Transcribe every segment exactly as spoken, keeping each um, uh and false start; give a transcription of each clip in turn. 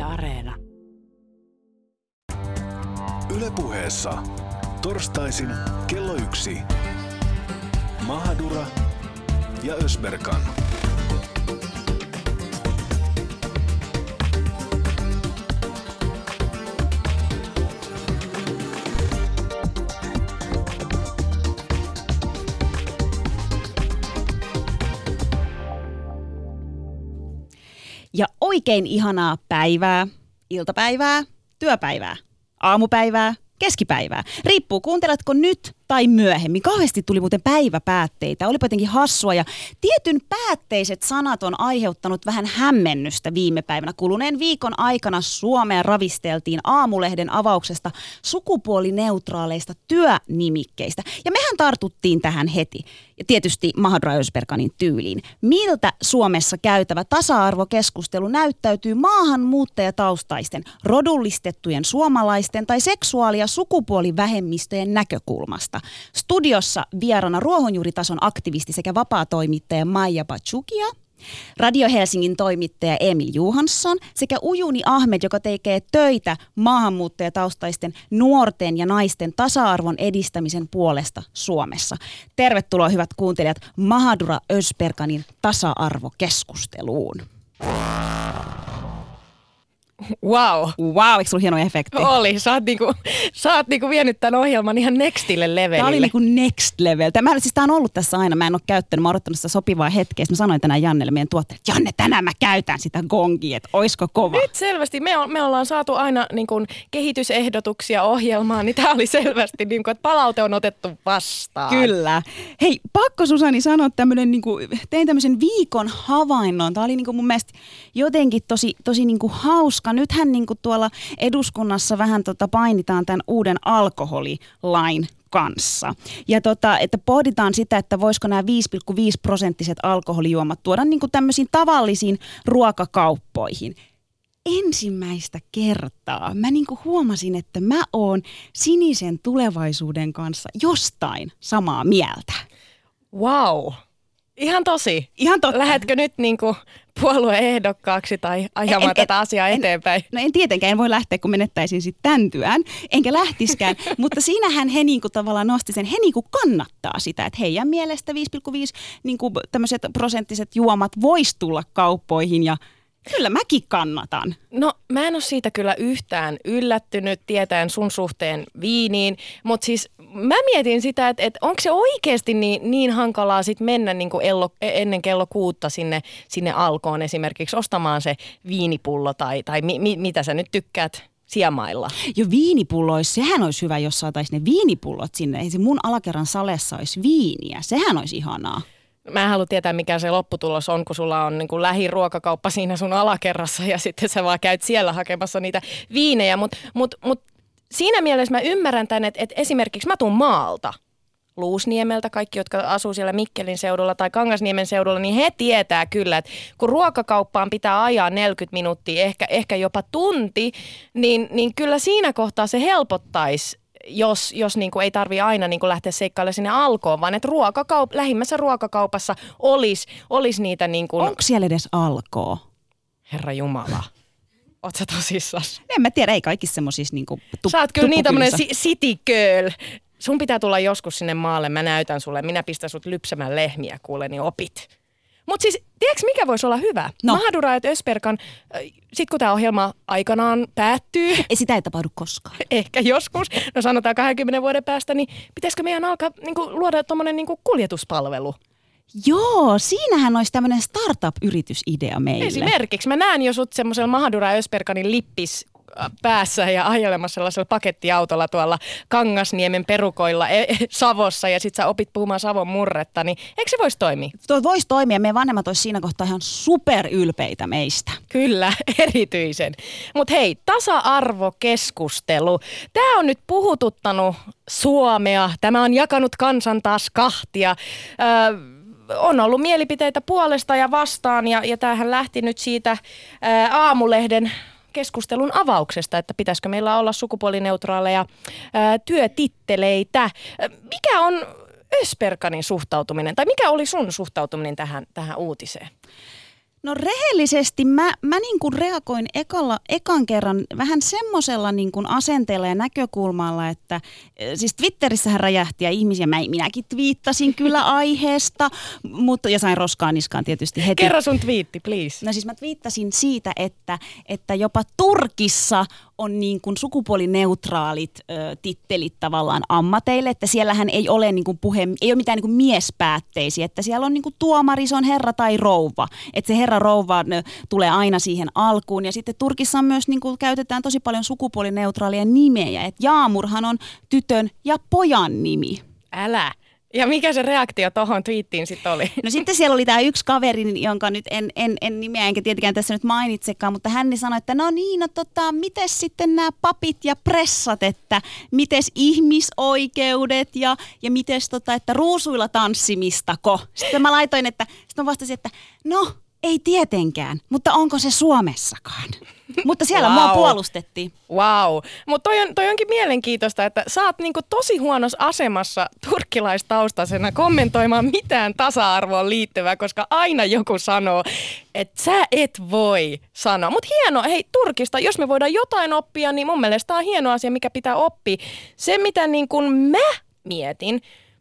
Areena. Yle Puheessa. Torstaisin kello yksi. Mahadura ja Ösberkan. Ja oikein ihanaa päivää, iltapäivää, työpäivää, aamupäivää, keskipäivää. Riippuu, kuunteletko nyt tai myöhemmin. Kauheasti tuli muuten päiväpäätteitä. Olipa jotenkin hassua ja tietyn päätteiset sanat on aiheuttanut vähän hämmennystä viime päivänä. Kuluneen viikon aikana Suomea ravisteltiin Aamulehden avauksesta sukupuolineutraaleista työnimikkeistä. Ja mehän tartuttiin tähän heti. Ja tietysti Mahadura Ösberkanin tyyliin. Miltä Suomessa käytävä tasa-arvokeskustelu näyttäytyy maahanmuuttajataustaisten, rodullistettujen suomalaisten tai seksuaali- ja sukupuolivähemmistöjen näkökulmasta? Studiossa vieraana ruohonjuuritason aktivisti sekä vapaatoimittaja Maija Bachukia, Radio Helsingin toimittaja Emil Johansson sekä Ujuni Ahmed, joka tekee töitä maahanmuuttajataustaisten nuorten ja naisten tasa-arvon edistämisen puolesta Suomessa. Tervetuloa hyvät kuuntelijat Mahadura Ösberkanin tasa-arvokeskusteluun. Wow. Wow, eikö sulla hieno efekti? Oli. Sä oot, niinku, sä oot niinku vienyt tämän ohjelman ihan nextille levelille. Tämä oli niinku next level. Tämä, siis tämä on ollut tässä aina. Mä en ole käyttänyt. Mä oon odottanut sitä sopivaa hetkeä. Mä sanoin tänään Jannelle, meidän tuotteelle, että Janne, tänään mä käytän sitä gongia, että oisko kova. Nyt selvästi. Me, on, me ollaan saatu aina niin kuin kehitysehdotuksia ohjelmaan, niin tämä oli selvästi, niin kuin, että palaute on otettu vastaan. Kyllä. Hei, pakko Susani sanoa tämmöinen, niin kuin, tein tämmöisen viikon havainnon. Tämä oli niin kuin mun mielestä jotenkin tosi, tosi niin kuin hauska. Nythän niin kuin tuolla eduskunnassa vähän tota painitaan tämän uuden alkoholilain kanssa. Ja tota, että pohditaan sitä, että voisiko nämä viisi pilkku viisi prosenttiset alkoholijuomat tuoda niin kuin tämmöisiin tavallisiin ruokakauppoihin. Ensimmäistä kertaa mä niin kuin huomasin, että mä oon sinisen tulevaisuuden kanssa jostain samaa mieltä. Wow. Ihan tosi. Ihan totta. Lähetkö nyt niinku puolueehdokkaaksi tai ajamaan en, tätä en, asiaa en, eteenpäin? No en tietenkään, en voi lähteä, kun menettäisin sitten tämän työn, enkä lähtiskään. Mutta siinähän he niinku tavallaan nosti sen, he niinku kannattaa sitä, että heidän mielestä viisi pilkku viisi niinku tämmöiset prosenttiset juomat vois tulla kauppoihin ja kyllä mäkin kannatan. No mä en ole siitä kyllä yhtään yllättynyt tietäen sun suhteen viiniin, mutta siis mä mietin sitä, että, että onko se oikeasti niin, niin hankalaa sit mennä niin kuin ello, ennen kello kuutta sinne, sinne Alkoon esimerkiksi ostamaan se viinipullo tai, tai mi, mi, mitä sä nyt tykkäät sijamailla. Jo viinipulloissa, sehän olisi hyvä, jos saataisiin ne viinipullot sinne. Ei se mun alakerran salessa olisi viiniä, sehän olisi ihanaa. Mä en halua tietää, mikä se lopputulos on, kun sulla on niin kuin lähiruokakauppa siinä sun alakerrassa ja sitten sä vaan käyt siellä hakemassa niitä viinejä. Mutta mut, mut siinä mielessä mä ymmärrän tämän, että, että esimerkiksi mä tuun maalta, Luusniemeltä, kaikki, jotka asuu siellä Mikkelin seudulla tai Kangasniemen seudulla, niin he tietää kyllä, että kun ruokakauppaan pitää ajaa neljäkymmentä minuuttia, ehkä, ehkä jopa tunti, niin, niin kyllä siinä kohtaa se helpottaisi. Jos, jos niin kuin ei tarvitse aina niin kuin lähteä seikkailemaan sinne Alkoon, vaan että ruokakaup- lähimmässä ruokakaupassa olisi olis niitä niin kuin... Onko siellä edes Alkoo? Herra Jumala, oot sä tosissas? En mä tiedä, ei kaikissa semmoisissa niin kuin tu- Sä oot kyllä niin tämmönen si- city girl. Sun pitää tulla joskus sinne maalle, mä näytän sulle, minä pistän sut lypsämään lehmiä, kuule, niin opit. Mutta siis, tiedätkö mikä voisi olla hyvä? No. Mahadura ja Ösberkan, sit kun tämä ohjelma aikanaan päättyy. Ei sitä ei tapahdu koskaan. Ehkä joskus, no sanotaan kahdenkymmenen vuoden päästä, niin pitäisikö meidän alkaa niinku, luoda tuommoinen niinku, kuljetuspalvelu? Joo, siinähän olisi tämmöinen startup-yritysidea meille. Esimerkiksi mä näen jo sut semmoisella Mahadura ja Ösberkanin lippis päässä ja ajelemassa sellaisella pakettiautolla tuolla Kangasniemen perukoilla Savossa ja sit sä opit puhumaan Savon murretta, niin eikö se voisi toimia? Tuo voisi toimia. Meidän vanhemmat olisi siinä kohtaa ihan superylpeitä meistä. Kyllä, erityisen. Mutta hei, tasa-arvokeskustelu. Tämä on nyt puhututtanut Suomea. Tämä on jakanut kansan taas kahtia. Öö, on ollut mielipiteitä puolesta ja vastaan ja, ja tämähän lähti nyt siitä ää, Aamulehden keskustelun avauksesta, että pitäisikö meillä olla sukupuolineutraaleja ää, työtitteleitä. Mikä on Ösberkanin suhtautuminen, tai mikä oli sun suhtautuminen tähän, tähän uutiseen? No rehellisesti mä, mä niin kuin reagoin ekalla, ekan kerran vähän semmoisella niin kuin asenteella ja näkökulmalla, että siis Twitterissähän räjähti ja ihmisiä, mä, minäkin twiittasin kyllä aiheesta, mutta, ja sain roskaa niskaan tietysti heti. Kerro sun twiitti, please. No siis mä twiittasin siitä, että, että jopa Turkissa on niin kuin sukupuolineutraalit ö, tittelit tavallaan ammateille, että siellähän ei ole niin kuin puhe, ei ole mitään niin kuin miespäätteisiä, että siellä on niin kuin tuomari, se on herra tai rouva, että se herra rouva ne, tulee aina siihen alkuun ja sitten Turkissa on myös niin kuin käytetään tosi paljon sukupuolineutraalia nimeä, että Jaamurhan on tytön ja pojan nimi. Älä. Ja mikä se reaktio tohon twiittiin sitten oli? No sitten siellä oli tämä yksi kaveri, jonka nyt en, en, en nimeä enkä tietenkään tässä nyt mainitsekaan, mutta hän sanoi, että no niin, no tota, mites sitten nämä papit ja pressat, että mites ihmisoikeudet ja, ja mites tota, että ruusuilla tanssimistako? Sitten mä laitoin, että, sitten mä vastasin, että no ei tietenkään, mutta onko se Suomessakaan? Mutta siellä wow. mua puolustettiin. Wow. Mutta toi, on, toi onkin mielenkiintoista, että sä oot niinku tosi huonossa asemassa turkkilaistaustaisena kommentoimaan mitään tasa-arvoon liittyvää, koska aina joku sanoo, että sä et voi sanoa. Mutta hieno, hei Turkista, jos me voidaan jotain oppia, niin mun mielestä tämä on hieno asia, mikä pitää oppia. Se, mitä niin kun mä mietin,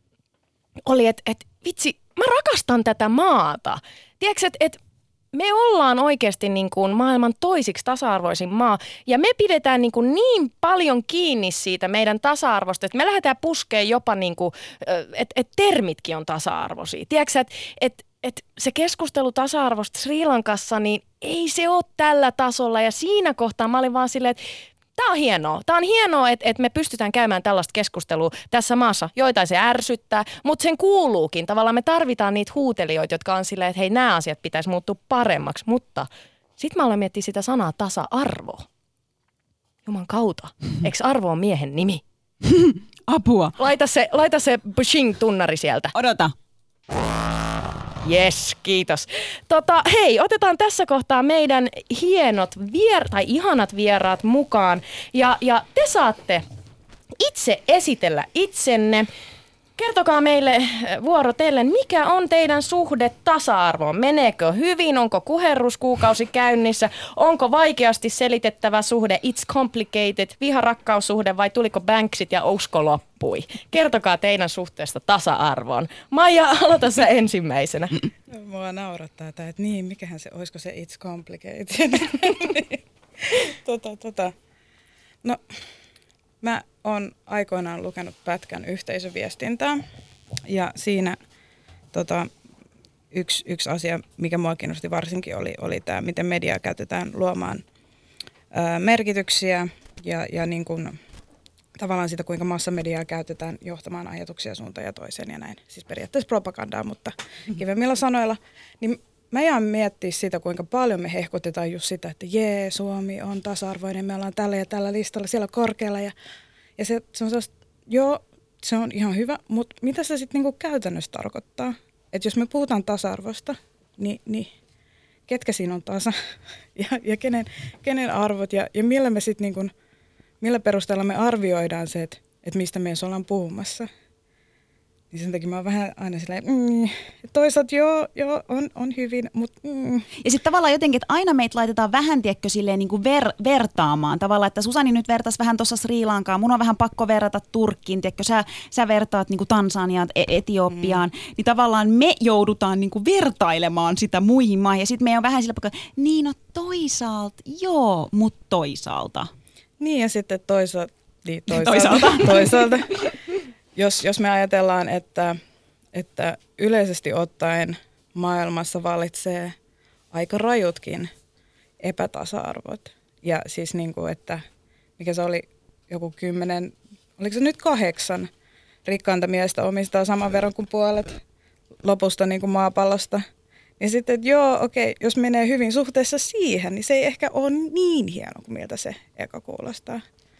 oli, että et, vitsi, mä rakastan tätä maata. Tiedätkö, että et, me ollaan oikeasti niin kuin maailman toisiksi tasa-arvoisin maa ja me pidetään niin, kuin niin paljon kiinni siitä meidän tasa-arvosta, että me lähdetään puskeen jopa, niin kuin, että et termitkin on tasa-arvoisia. Tiedätkö, että et, et se keskustelu tasa-arvosta Sri Lankassa, niin ei se ole tällä tasolla ja siinä kohtaa mä olin vaan silleen, että tämä on hienoa. Tämä on hienoa, että, että me pystytään käymään tällaista keskustelua tässä maassa. Joitain se ärsyttää, mutta sen kuuluukin. Tavallaan me tarvitaan niitä huutelijoita, jotka on silleen, että hei, nämä asiat pitäisi muuttua paremmaksi. Mutta sitten mä aloin miettiä sitä sanaa tasa-arvo. Juman kautta. Eikö arvo on miehen nimi? Apua. Laita se, laita se pushing-tunnari sieltä. Odota. Jes, kiitos. Tota, hei, otetaan tässä kohtaa meidän hienot vier- tai ihanat vieraat mukaan. Ja, ja te saatte itse esitellä itsenne. Kertokaa meille vuorotellen, mikä on teidän suhde tasa-arvoon? Meneekö hyvin? Onko kuherruskuukausi käynnissä? Onko vaikeasti selitettävä suhde? It's complicated. Viharakkaussuhde vai tuliko banksit ja usko loppui? Kertokaa teidän suhteesta tasa-arvoon. Maija, aloita sä ensimmäisenä. Mua naurattaa tämä, että niin, mikähän se, olisiko se it's complicated? tota, tota. No, mä oon aikoinaan lukenut pätkän yhteisöviestintää ja siinä tota, yksi, yksi asia, mikä mua kiinnosti varsinkin, oli, oli tämä, miten mediaa käytetään luomaan ää, merkityksiä ja, ja niin kun, tavallaan sitä, kuinka massamediaa käytetään johtamaan ajatuksia suuntaan ja toiseen ja näin. Siis periaatteessa propagandaa, mutta kivemmillä sanoilla. Niin mä jään miettiä sitä, kuinka paljon me hehkutetaan just sitä, että jee, Suomi on tasa-arvoinen, me ollaan tällä ja tällä listalla, siellä korkealla ja Ja se, se on sellaista, joo, se on ihan hyvä, mutta mitä se sitten niinku käytännössä tarkoittaa? Että jos me puhutaan tasa-arvosta, niin, niin ketkä siinä on tasa ja, ja kenen, kenen arvot ja, ja millä, me sit niinku, millä perusteella me arvioidaan se, että et mistä me ollaan puhumassa. Niin sen takia mä oon vähän aina silleen, mm, toisaalta joo, joo on, on hyvin, mutta mm. Ja sitten tavallaan jotenkin, että aina meitä laitetaan vähän, tiedätkö, silleen niin kuin ver, vertaamaan. Tavallaan, että Susani nyt vertaisi vähän tuossa Sri Lankaan, mun on vähän pakko verrata Turkkiin, tiedätkö, sä, sä vertaat niin kuin Tansaniaan, Etiopiaan, mm. niin tavallaan me joudutaan niin kuin vertailemaan sitä muihin maihin. Ja sitten meidän on vähän sillä pakko, niin no toisaalta, joo, mutta toisaalta. Niin ja sitten toisaalta, niin toisaalta, toisaalta. toisaalta. Jos, jos me ajatellaan, että, että yleisesti ottaen maailmassa vallitsee aika rajutkin epätasa-arvot. Ja siis niin kuin, että mikä se oli joku kymmenen, oliko se nyt kahdeksan rikkaanta miestä omistaa saman verran kuin puolet lopusta niin kuin maapallosta. Ja sitten, että joo, okei, jos menee hyvin suhteessa siihen, niin se ei ehkä ole niin hieno kuin miltä se eka kuulostaa.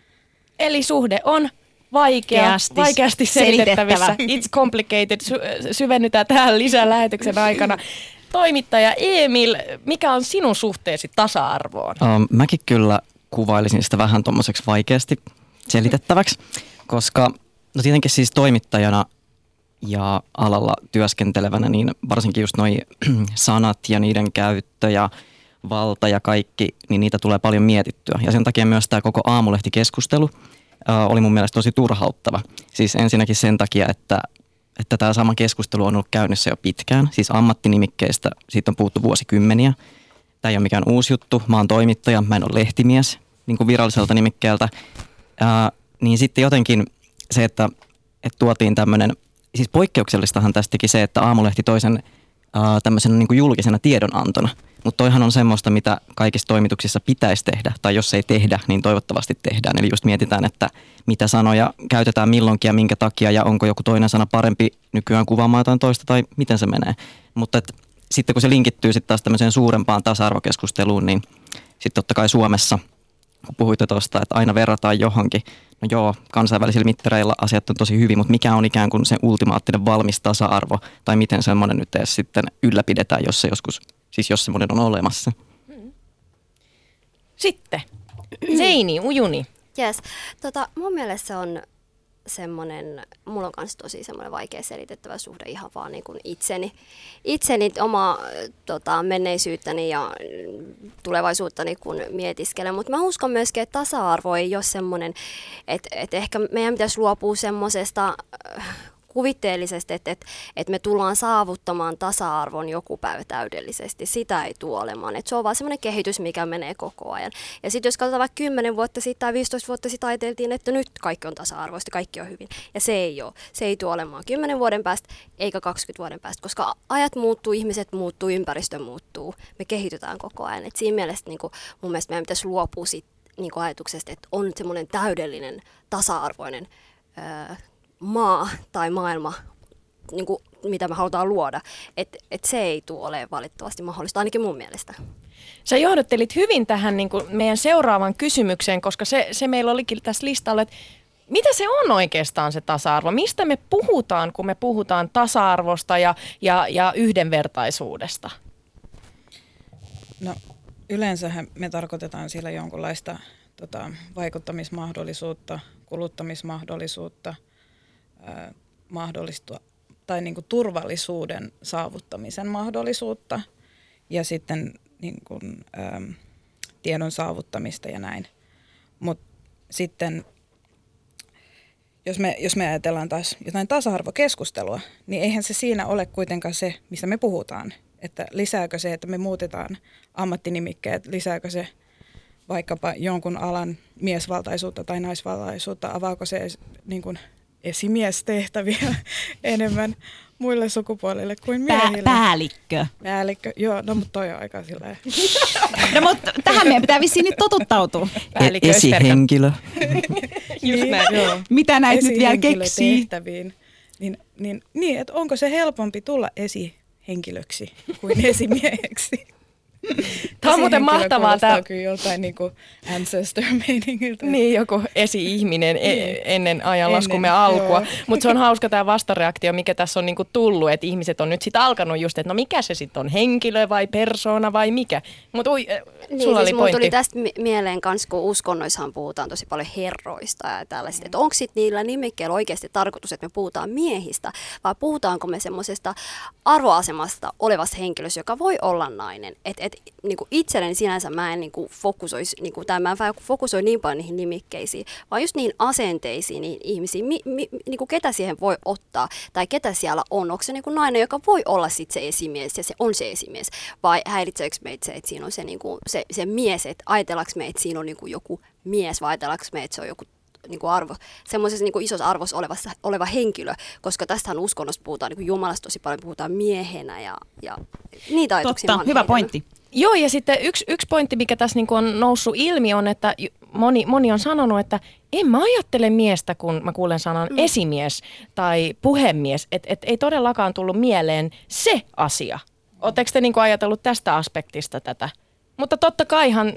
Eli suhde on vaikeasti, vaikeasti selitettävissä. It's complicated. Sy- syvennytään tähän lisää lähetyksen aikana. Toimittaja Emil, mikä on sinun suhteesi tasa-arvoon? Um, mäkin kyllä kuvailisin sitä vähän tommoseksi vaikeasti selitettäväksi, koska no tietenkin siis toimittajana ja alalla työskentelevänä, niin varsinkin just noi sanat ja niiden käyttö ja valta ja kaikki, niin niitä tulee paljon mietittyä. Ja sen takia myös tämä koko aamulehtikeskustelu ää, oli mun mielestä tosi turhauttava. Siis ensinnäkin sen takia, että että tämä sama keskustelu on ollut käynnissä jo pitkään. Siis ammattinimikkeistä siitä on puhuttu vuosikymmeniä. Tämä ei ole mikään uusi juttu. Mä oon toimittaja, mä en ole lehtimies niin kuin viralliselta nimikkeeltä. Ää, niin sitten jotenkin se, että, että tuotiin tämmöinen, siis poikkeuksellistahan tästäkin se, että Aamulehti toisen ää, tämmöisenä niin kuin julkisena tiedonantona. Mutta toihan on semmoista, mitä kaikissa toimituksissa pitäisi tehdä, tai jos ei tehdä, niin toivottavasti tehdään. Eli just mietitään, että mitä sanoja käytetään milloinkin ja minkä takia, ja onko joku toinen sana parempi nykyään kuvaamaan jotain toista, tai miten se menee. Mutta et, sitten kun se linkittyy sitten taas tämmöiseen suurempaan tasa-arvokeskusteluun, niin sitten totta kai Suomessa, kun puhuitte tuosta, että aina verrataan johonkin, no joo, kansainvälisillä mittareilla asiat on tosi hyvin, mutta mikä on ikään kuin se ultimaattinen valmis tasa-arvo, tai miten semmoinen nyt edes sitten ylläpidetään, jos se joskus, siis jos semmoinen on olemassa. Sitten, Zeini, Ujuni. Yes. Tota, mun mielestä se on semmoinen, mulla on myös tosi semmoinen vaikea selitettävä suhde ihan vaan niin kuin itseni, itseni omaa tota, menneisyyttäni ja tulevaisuuttani kun mietiskelen, mutta mä uskon myöskin, että tasa-arvo ei ole semmoinen, että, että ehkä meidän pitäisi luopua semmoisesta kuvitteellisesti, että, että, että me tullaan saavuttamaan tasa-arvon joku päivä täydellisesti. Sitä ei tule olemaan. Että se on vaan semmoinen kehitys, mikä menee koko ajan. Ja sitten jos katsotaan vaikka kymmenen vuotta sitten tai viisitoista vuotta sitten ajateltiin, että nyt kaikki on tasa-arvoista, kaikki on hyvin. Ja se ei ole. Se ei tule olemaan kymmenen vuoden päästä eikä kaksikymmentä vuoden päästä, koska ajat muuttuu, ihmiset muuttuu, ympäristö muuttuu. Me kehitytään koko ajan. Et siinä mielessä niin kuin, mun mielestä meidän pitäisi luopua siitä niin kuin ajatuksesta, että on semmoinen täydellinen, tasa-arvoinen öö, maa tai maailma, niin kuin, mitä me halutaan luoda, että et se ei tule ole valitettavasti mahdollista, ainakin mun mielestä. Sä johdottelit hyvin tähän niin kuin meidän seuraavan kysymykseen, koska se, se meillä olikin tässä listalla, että mitä se on oikeastaan se tasa-arvo? Mistä me puhutaan, kun me puhutaan tasa-arvosta ja, ja, ja yhdenvertaisuudesta? No yleensähän me tarkoitetaan sillä jonkunlaista tota, vaikuttamismahdollisuutta, kuluttamismahdollisuutta, ää, mahdollistua, tai niin kuin turvallisuuden saavuttamisen mahdollisuutta ja sitten niin kuin, ää, tiedon saavuttamista ja näin. Mutta sitten jos me, jos me ajatellaan taas jotain tasa-arvokeskustelua, niin eihän se siinä ole kuitenkaan se, mistä me puhutaan. Että lisääkö se, että me muutetaan ammattinimikkeet, lisääkö se vaikkapa jonkun alan miesvaltaisuutta tai naisvaltaisuutta, avaako se niin kuin esimiestehtäviä enemmän muille sukupuolille kuin miehille. Pää, päällikkö. Päällikkö, joo, no mutta toi on aika silleen. No mutta tähän meidän pitää vissiin nyt totuttautua. E- esihenkilö. Niin, joo. Mitä näitä nyt vielä keksii? Esihenkilötehtäviin. Niin, niin, niin, että onko se helpompi tulla esihenkilöksi kuin esimieheksi? Tämä on muuten mahtavaa. Tämä on kyllä joltain niin kuin ancestor-meiningiltä. Niin, joku esi-ihminen niin. ennen ajanlaskumme alkua. Mutta se on hauska tämä vastareaktio, mikä tässä on niinku tullut, että ihmiset on nyt sitten alkanut just, että no mikä se sitten on, henkilö vai persona vai mikä. Mutta ui, niin, sulla siis oli pointti. tuli tästä mieleen kanssa, kun uskonnoissahan puhutaan tosi paljon herroista ja tällaisista. Mm. Että onko sitten niillä nimikkeillä oikeasti tarkoitus, että me puhutaan miehistä, vai puhutaanko me semmoisesta arvoasemasta olevasta henkilöstä, joka voi olla nainen. Että et, niinku itselleni sinänsä mä en niinku fokusoisi, niinku, tai mä en fokusoi niin paljon niihin nimikkeisiin, vaan just niihin asenteisiin, niihin ihmisiin, mi, mi, niinku, ketä siihen voi ottaa, tai ketä siellä on. Onko se niinku nainen, joka voi olla sit se esimies, ja se on se esimies, vai häiritseekö meitä se, että siinä on se, niinku, se, se mies, että ajatellaanko me, että siinä on niinku joku mies, vai ajatellaanko me, että se on joku niinku arvo, semmoisessa niinku isossa arvossa olevassa, oleva henkilö, koska tästähän uskonnosta puhutaan, niinku Jumalasta tosi paljon puhutaan miehenä, ja, ja niitä ajatuksia. Totta, hyvä pointti. Joo, ja sitten yksi, yksi pointti, mikä tässä niin kuin on noussut ilmi, on, että moni, moni on sanonut, että en mä ajattele miestä, kun mä kuulen sanan mm. esimies tai puhemies. Että et ei todellakaan tullut mieleen se asia. Oletteko te niin kuin ajatellut tästä aspektista tätä? Mutta totta kaihan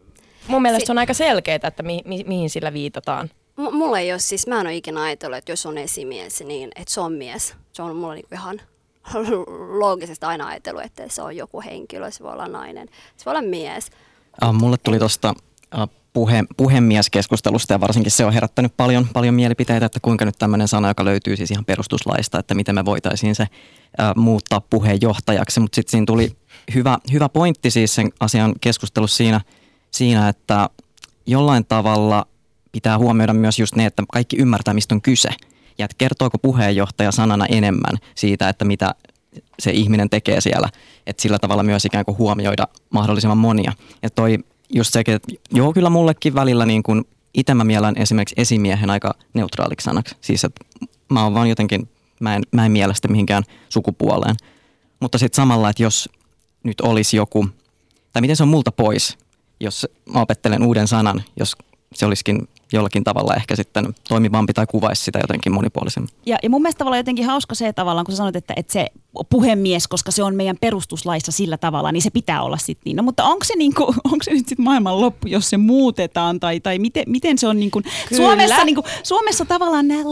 mun mielestä se on aika selkeää, että mi, mi, mihin sillä viitataan. M- mulla ei ole, siis mä en ole ikinä ajatellut, että jos on esimies, niin että se on mies. Se on mulla niinku ihan loogisesti aina ajatellut, että se on joku henkilö, se voi olla nainen, se voi olla mies. Ah, mulle tuli tuosta ah, puhe, puhemieskeskustelusta ja varsinkin se on herättänyt paljon, paljon mielipiteitä, että kuinka nyt tämmöinen sana, joka löytyy siis ihan perustuslaista, että miten me voitaisiin se ä, muuttaa puheenjohtajaksi, mutta sitten siinä tuli hyvä, hyvä pointti siis sen asian keskustelussa siinä, siinä, että jollain tavalla pitää huomioida myös just ne, että kaikki ymmärtää, mistä on kyse ja että kertooko puheenjohtaja sanana enemmän siitä, että mitä se ihminen tekee siellä, että sillä tavalla myös ikään kuin huomioida mahdollisimman monia. Ja toi just sekin, että joo, kyllä mullekin välillä niin kuin itse mä miellän esimerkiksi esimiehen aika neutraaliksi sanaksi. Siis, että mä oon vaan jotenkin, mä en, mä en miellä sitä mihinkään sukupuoleen. Mutta sitten samalla, että jos nyt olisi joku, tai miten se on multa pois, jos mä opettelen uuden sanan, jos se olisikin jollakin tavalla ehkä sitten toimivampi tai kuvaisi sitä jotenkin monipuolisemmin. Ja, ja mun mielestä tavallaan jotenkin hauska se tavallaan, kun sä sanoit, että, että se puhemies, koska se on meidän perustuslaissa sillä tavalla, niin se pitää olla sitten niin. No, mutta onko se, niinku, onko se nyt sitten maailman loppu, jos se muutetaan tai, tai miten, miten se on niinku, Suomessa, niinku, Suomessa tavallaan nämä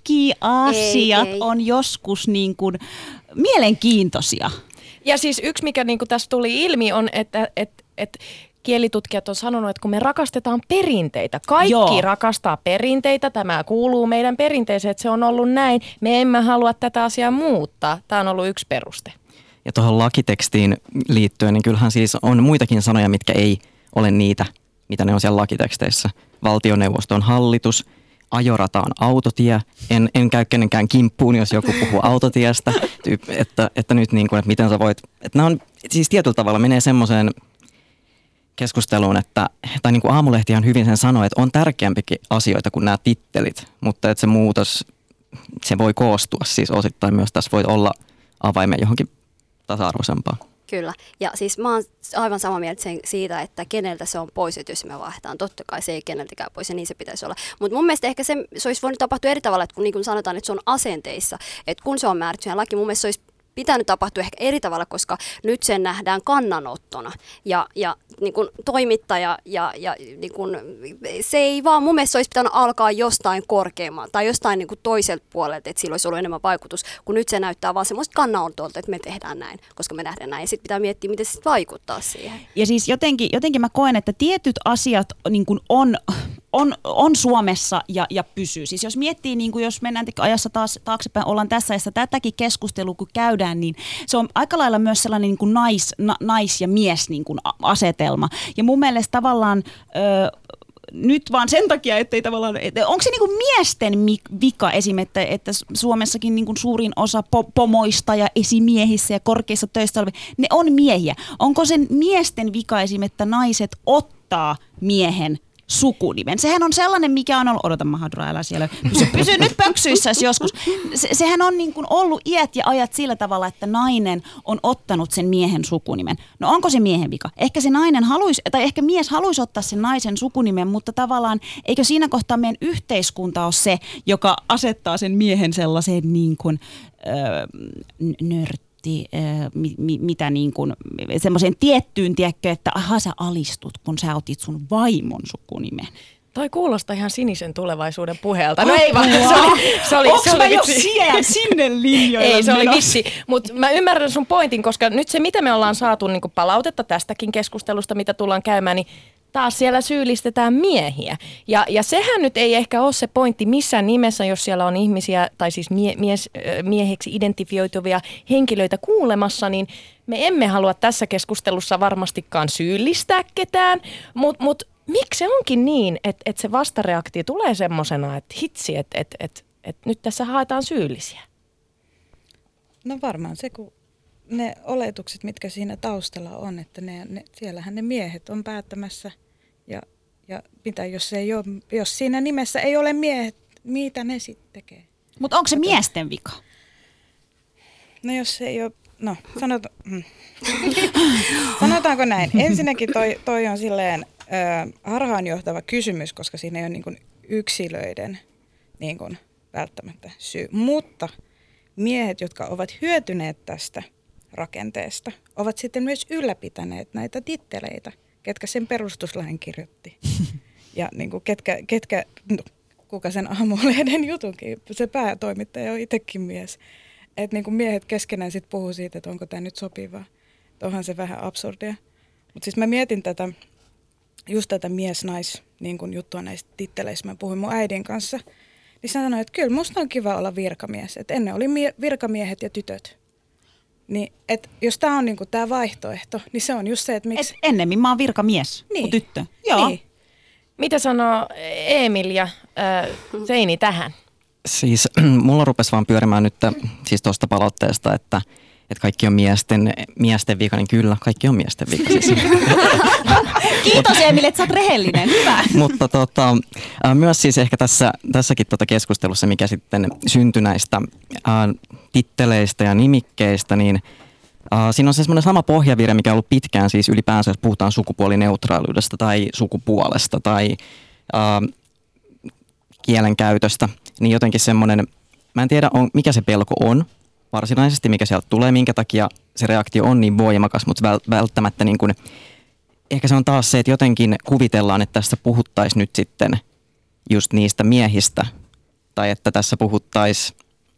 lakiasiat ei, ei. on joskus niinku mielenkiintoisia. Ja siis yksi, mikä niinku tässä tuli ilmi on, että et, et kielitutkijat on sanonut, että kun me rakastetaan perinteitä, kaikki Joo. rakastaa perinteitä, tämä kuuluu meidän perinteeseen, että se on ollut näin, me emme halua tätä asiaa muuttaa. Tämä on ollut yksi peruste. Ja tuohon lakitekstiin liittyen, niin kyllähän siis on muitakin sanoja, mitkä ei ole niitä, mitä ne on siellä lakiteksteissä. Valtioneuvosto on hallitus, ajorata on autotie, en, en käy kenenkään kimppuun, jos joku puhuu autotiestä, että, että nyt niin kuin, että miten sä voit, että nämä on siis tietyllä tavalla menee semmoiseen keskusteluun, että, tai niin kuin Aamulehtihan hyvin sen sanoi, että on tärkeämpikin asioita kuin nämä tittelit, mutta että se muutos, se voi koostua siis osittain myös, tässä voi olla avaimen johonkin tasa-arvoisempaan. Kyllä, ja siis mä oon aivan samaa mieltä sen, siitä, että keneltä se on pois, että jos me vaihdetaan. Totta kai se ei keneltäkään pois ja niin se pitäisi olla. Mutta mun mielestä ehkä se, se olisi voinut tapahtua eri tavalla, että kun niin kuin sanotaan, että se on asenteissa, että kun se on määrätty laki, mun mielestä se olisi pitänyt tapahtua ehkä eri tavalla, koska nyt sen nähdään kannanottona ja, ja niin kuin toimittaja ja, ja niin kuin, se ei vaan, mun mielestä se olisi pitänyt alkaa jostain korkeammalta tai jostain niin kuin toiselta puolelta, että sillä olisi ollut enemmän vaikutus, kun nyt se näyttää vaan semmoista kannanottolta, että me tehdään näin, koska me nähdään näin ja sitten pitää miettiä, miten se sitten vaikuttaa siihen. Ja siis jotenkin, jotenkin mä koen, että tietyt asiat niin kuin on... On, on Suomessa ja, ja pysyy. Siis jos miettii, niin kuin jos mennään ajassa taas taaksepäin, ollaan tässä ajassa tätäkin keskustelua, kun käydään, niin se on aika lailla myös sellainen niin kuin nais, na, nais- ja mies niin kuin asetelma. Ja mun mielestä tavallaan... Öö, nyt vaan sen takia, ettei tavallaan, että onko se niinku miesten vika esim. Että, että Suomessakin niinku suurin osa po- pomoista ja esimiehissä ja korkeissa töissä olevia, ne on miehiä. Onko sen miesten vika esim. Että naiset ottaa miehen sukunimen? Sehän on sellainen, mikä on ollut, odota Mahadura, älä siellä, pysy, pysy nyt pöksyissäsi joskus. Se, sehän on niin kuin ollut iät ja ajat sillä tavalla, että nainen on ottanut sen miehen sukunimen. No onko se miehen vika? Ehkä se nainen haluaisi, tai ehkä mies haluaisi ottaa sen naisen sukunimen, mutta tavallaan eikö siinä kohtaa meidän yhteiskunta ole se, joka asettaa sen miehen sellaiseen niin kuin öö, nörtti. Mi, mi, mitä niin kuin, semmoiseen tiettyyn, tiedätkö, että aha sä alistut, kun sä otit sun vaimon sukunimen. Toi kuulostaa ihan sinisen tulevaisuuden puheelta. No ei vaan, se oli, se oli, Onks se mä oli jo vitsi. siellä sinne linjoilla? Ei, se oli vitsi. Mutta mä ymmärrän sun pointin, koska nyt se, mitä me ollaan saatu niin kuin palautetta tästäkin keskustelusta, mitä tullaan käymään, niin taas siellä syyllistetään miehiä. Ja, ja sehän nyt ei ehkä ole se pointti missään nimessä, jos siellä on ihmisiä, tai siis mie, mies, mieheksi identifioituvia henkilöitä kuulemassa, niin me emme halua tässä keskustelussa varmastikaan syyllistää ketään, mutta mut, miksi se onkin niin, että, että se vastareaktio tulee semmosena, että hitsi, että, että, että, että nyt tässä haetaan syyllisiä? No varmaan se, kun ne oletukset, mitkä siinä taustalla on, että ne, ne, siellähän ne miehet on päättämässä ja, ja mitä jos, ei ole, jos siinä nimessä ei ole miehet, mitä ne sitten tekee? Mutta onko se Tätä. miesten vika? No jos se ei ole, no sanota, mm. sanotaanko näin. Ensinnäkin toi, toi on silleen ö, harhaanjohtava kysymys, koska siinä ei ole niin kuin yksilöiden niin kuin välttämättä syy. Mutta miehet, jotka ovat hyötyneet tästä rakenteesta, ovat sitten myös ylläpitäneet näitä titteleitä, ketkä sen perustuslain kirjoitti. Ja niin kuin ketkä, ketkä no, kuka sen Aamulehden jutunkin, se päätoimittaja on itsekin mies. Että niin kuin miehet keskenään sitten puhuu siitä, että onko tämä nyt sopivaa. Onhan se vähän absurdia. Mutta siis mä mietin tätä, just tätä mies-nais niin kuin juttua näistä titteleistä. Mä puhuin mun äidin kanssa. Niin hän sanoi, että kyllä musta on kiva olla virkamies. Että ennen oli mie- virkamiehet ja tytöt. Niin, että jos tää on niinku tää vaihtoehto, niin se on just se, että miksi... Et ennemmin mä oon virkamies niin. kuin tyttö. Joo. Niin. Mitä sanoo Emil ja äh, Seini tähän? Siis mulla rupesi vaan pyörimään nyt siis tuosta palautteesta, että, että kaikki on miesten, miesten vika, niin kyllä, kaikki on miesten vika. Siis. Kiitos Emil, että sä oot rehellinen. Hyvä. Mutta tota, myös siis ehkä tässä, tässäkin tota keskustelussa, mikä sitten syntyi näistä ää, titteleistä ja nimikkeistä, niin ää, siinä on se semmoinen sama pohjavire, mikä on ollut pitkään siis ylipäänsä, jos puhutaan sukupuolineutraaliudesta tai sukupuolesta tai ää, kielenkäytöstä, niin jotenkin semmoinen, mä en tiedä on, mikä se pelko on varsinaisesti, mikä sieltä tulee, minkä takia se reaktio on niin voimakas, mutta välttämättä niin kuin, ehkä se on taas se, että jotenkin kuvitellaan, että tässä puhuttaisiin nyt sitten just niistä miehistä, tai että tässä puhuttaisiin,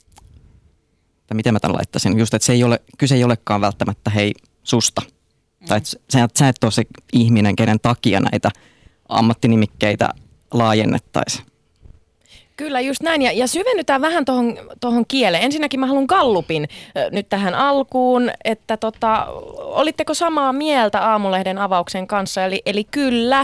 tai miten mä tämän laittaisin, just että se ei ole, kyse ei olekaan välttämättä hei susta, mm. tai että sä, sä et ole se ihminen, kenen takia näitä ammattinimikkeitä laajennettaisiin. Kyllä, just näin. Ja, ja syvennytään vähän tuohon tohon kieleen. Ensinnäkin mä haluan gallupin äh, nyt tähän alkuun, että tota, olitteko samaa mieltä Aamulehden avauksen kanssa? Eli, eli kyllä, äh,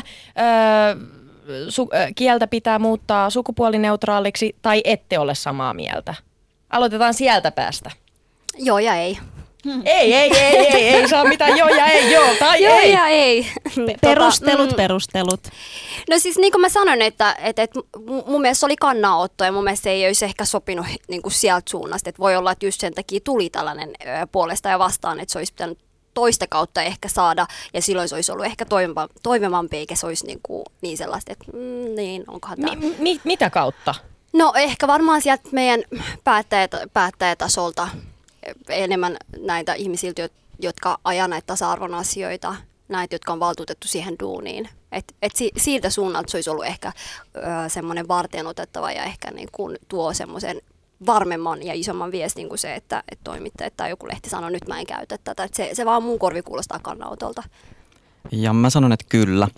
su, äh, kieltä pitää muuttaa sukupuolineutraaliksi tai ette ole samaa mieltä. Aloitetaan sieltä päästä. Joo ja ei. Hmm. Ei, ei, ei, ei, ei saa mitään joo ja ei, joo tai joo ei. ja ei. Perustelut, tota, perustelut. No siis niin kuin mä sanoin, että, että, että mun mielestä se oli kannanotto ja mun mielestä se ei olisi ehkä sopinut niin kuin sieltä suunnasta. Että voi olla, että just sen takia tuli tällainen ö, puolesta ja vastaan, että se olisi pitänyt toista kautta ehkä saada ja silloin se olisi ollut ehkä toivomampi eikä se olisi niin, kuin, niin sellaista, että mm, niin, onkohan tämä. Mi- mi- mitä kautta? No ehkä varmaan sieltä meidän päättäjät, päättäjätasolta enemmän näitä ihmisiltä, jotka ajaa näitä tasa-arvon asioita, näitä, jotka on valtuutettu siihen duuniin. Et, et si, siitä suunnalta se olisi ollut ehkä semmoinen varteenotettava ja ehkä niin kuin tuo semmoisen varmemman ja isomman viestin kuin se, että et toimittajat tai joku lehti sanoo, nyt mä en käytä tätä. Et se, se vaan mun korvi kuulostaa kannanotolta. Ja mä sanon, että kyllä.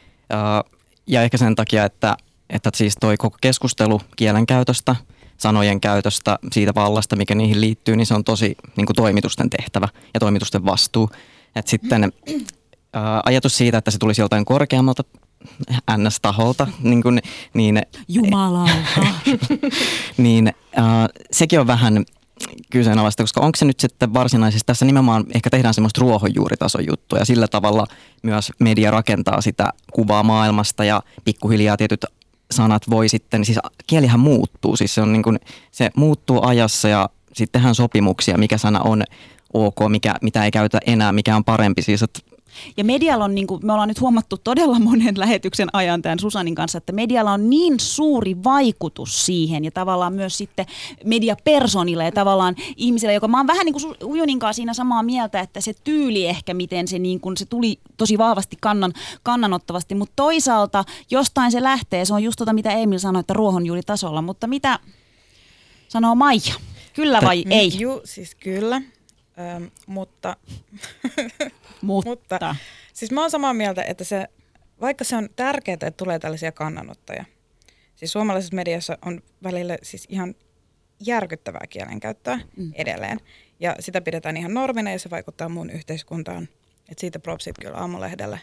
Ja ehkä sen takia, että, että siis toi koko keskustelu kielenkäytöstä, sanojen käytöstä, siitä vallasta, mikä niihin liittyy, niin se on tosi niin kuin toimitusten tehtävä ja toimitusten vastuu. Et sitten ää, ajatus siitä, että se tulisi joltain korkeammalta N S-taholta, niin, kuin, niin, Jumalauta. niin ää, sekin on vähän kyseenalaista, koska onko se nyt sitten varsinaisesti, tässä nimenomaan ehkä tehdään semmoista ruohonjuuritason juttua ja sillä tavalla myös media rakentaa sitä kuvaa maailmasta ja pikkuhiljaa tietyt sanat voi sitten, siis kielihän muuttuu, siis se, on niin kuin, se muuttuu ajassa ja sitten tehdään sopimuksia, mikä sana on ok, mikä, mitä ei käytä enää, mikä on parempi. Siis, että ja medialla on, niin kuin me ollaan nyt huomattu todella monen lähetyksen ajan tämän Susanin kanssa, että medialla on niin suuri vaikutus siihen ja tavallaan myös sitten mediapersonille ja tavallaan ihmisille, joka mä oon vähän niin kuin Ujuninkaan siinä samaa mieltä, että se tyyli ehkä, miten se, niin kuin, se tuli tosi vahvasti kannan, kannanottavasti, mutta toisaalta jostain se lähtee, se on just tota, mitä Emil sanoi, että ruohonjuuritasolla, mutta mitä sanoo Maija? Kyllä vai ei? Joo, siis kyllä. Ähm, mutta, mutta. mutta siis mä oon samaa mieltä, että se, vaikka se on tärkeää, että tulee tällaisia kannanottoja, siis suomalaisessa mediassa on välillä siis ihan järkyttävää kielenkäyttöä mm. edelleen. Ja sitä pidetään ihan normina ja se vaikuttaa mun yhteiskuntaan. Että siitä propsit kyllä Aamulehdelle.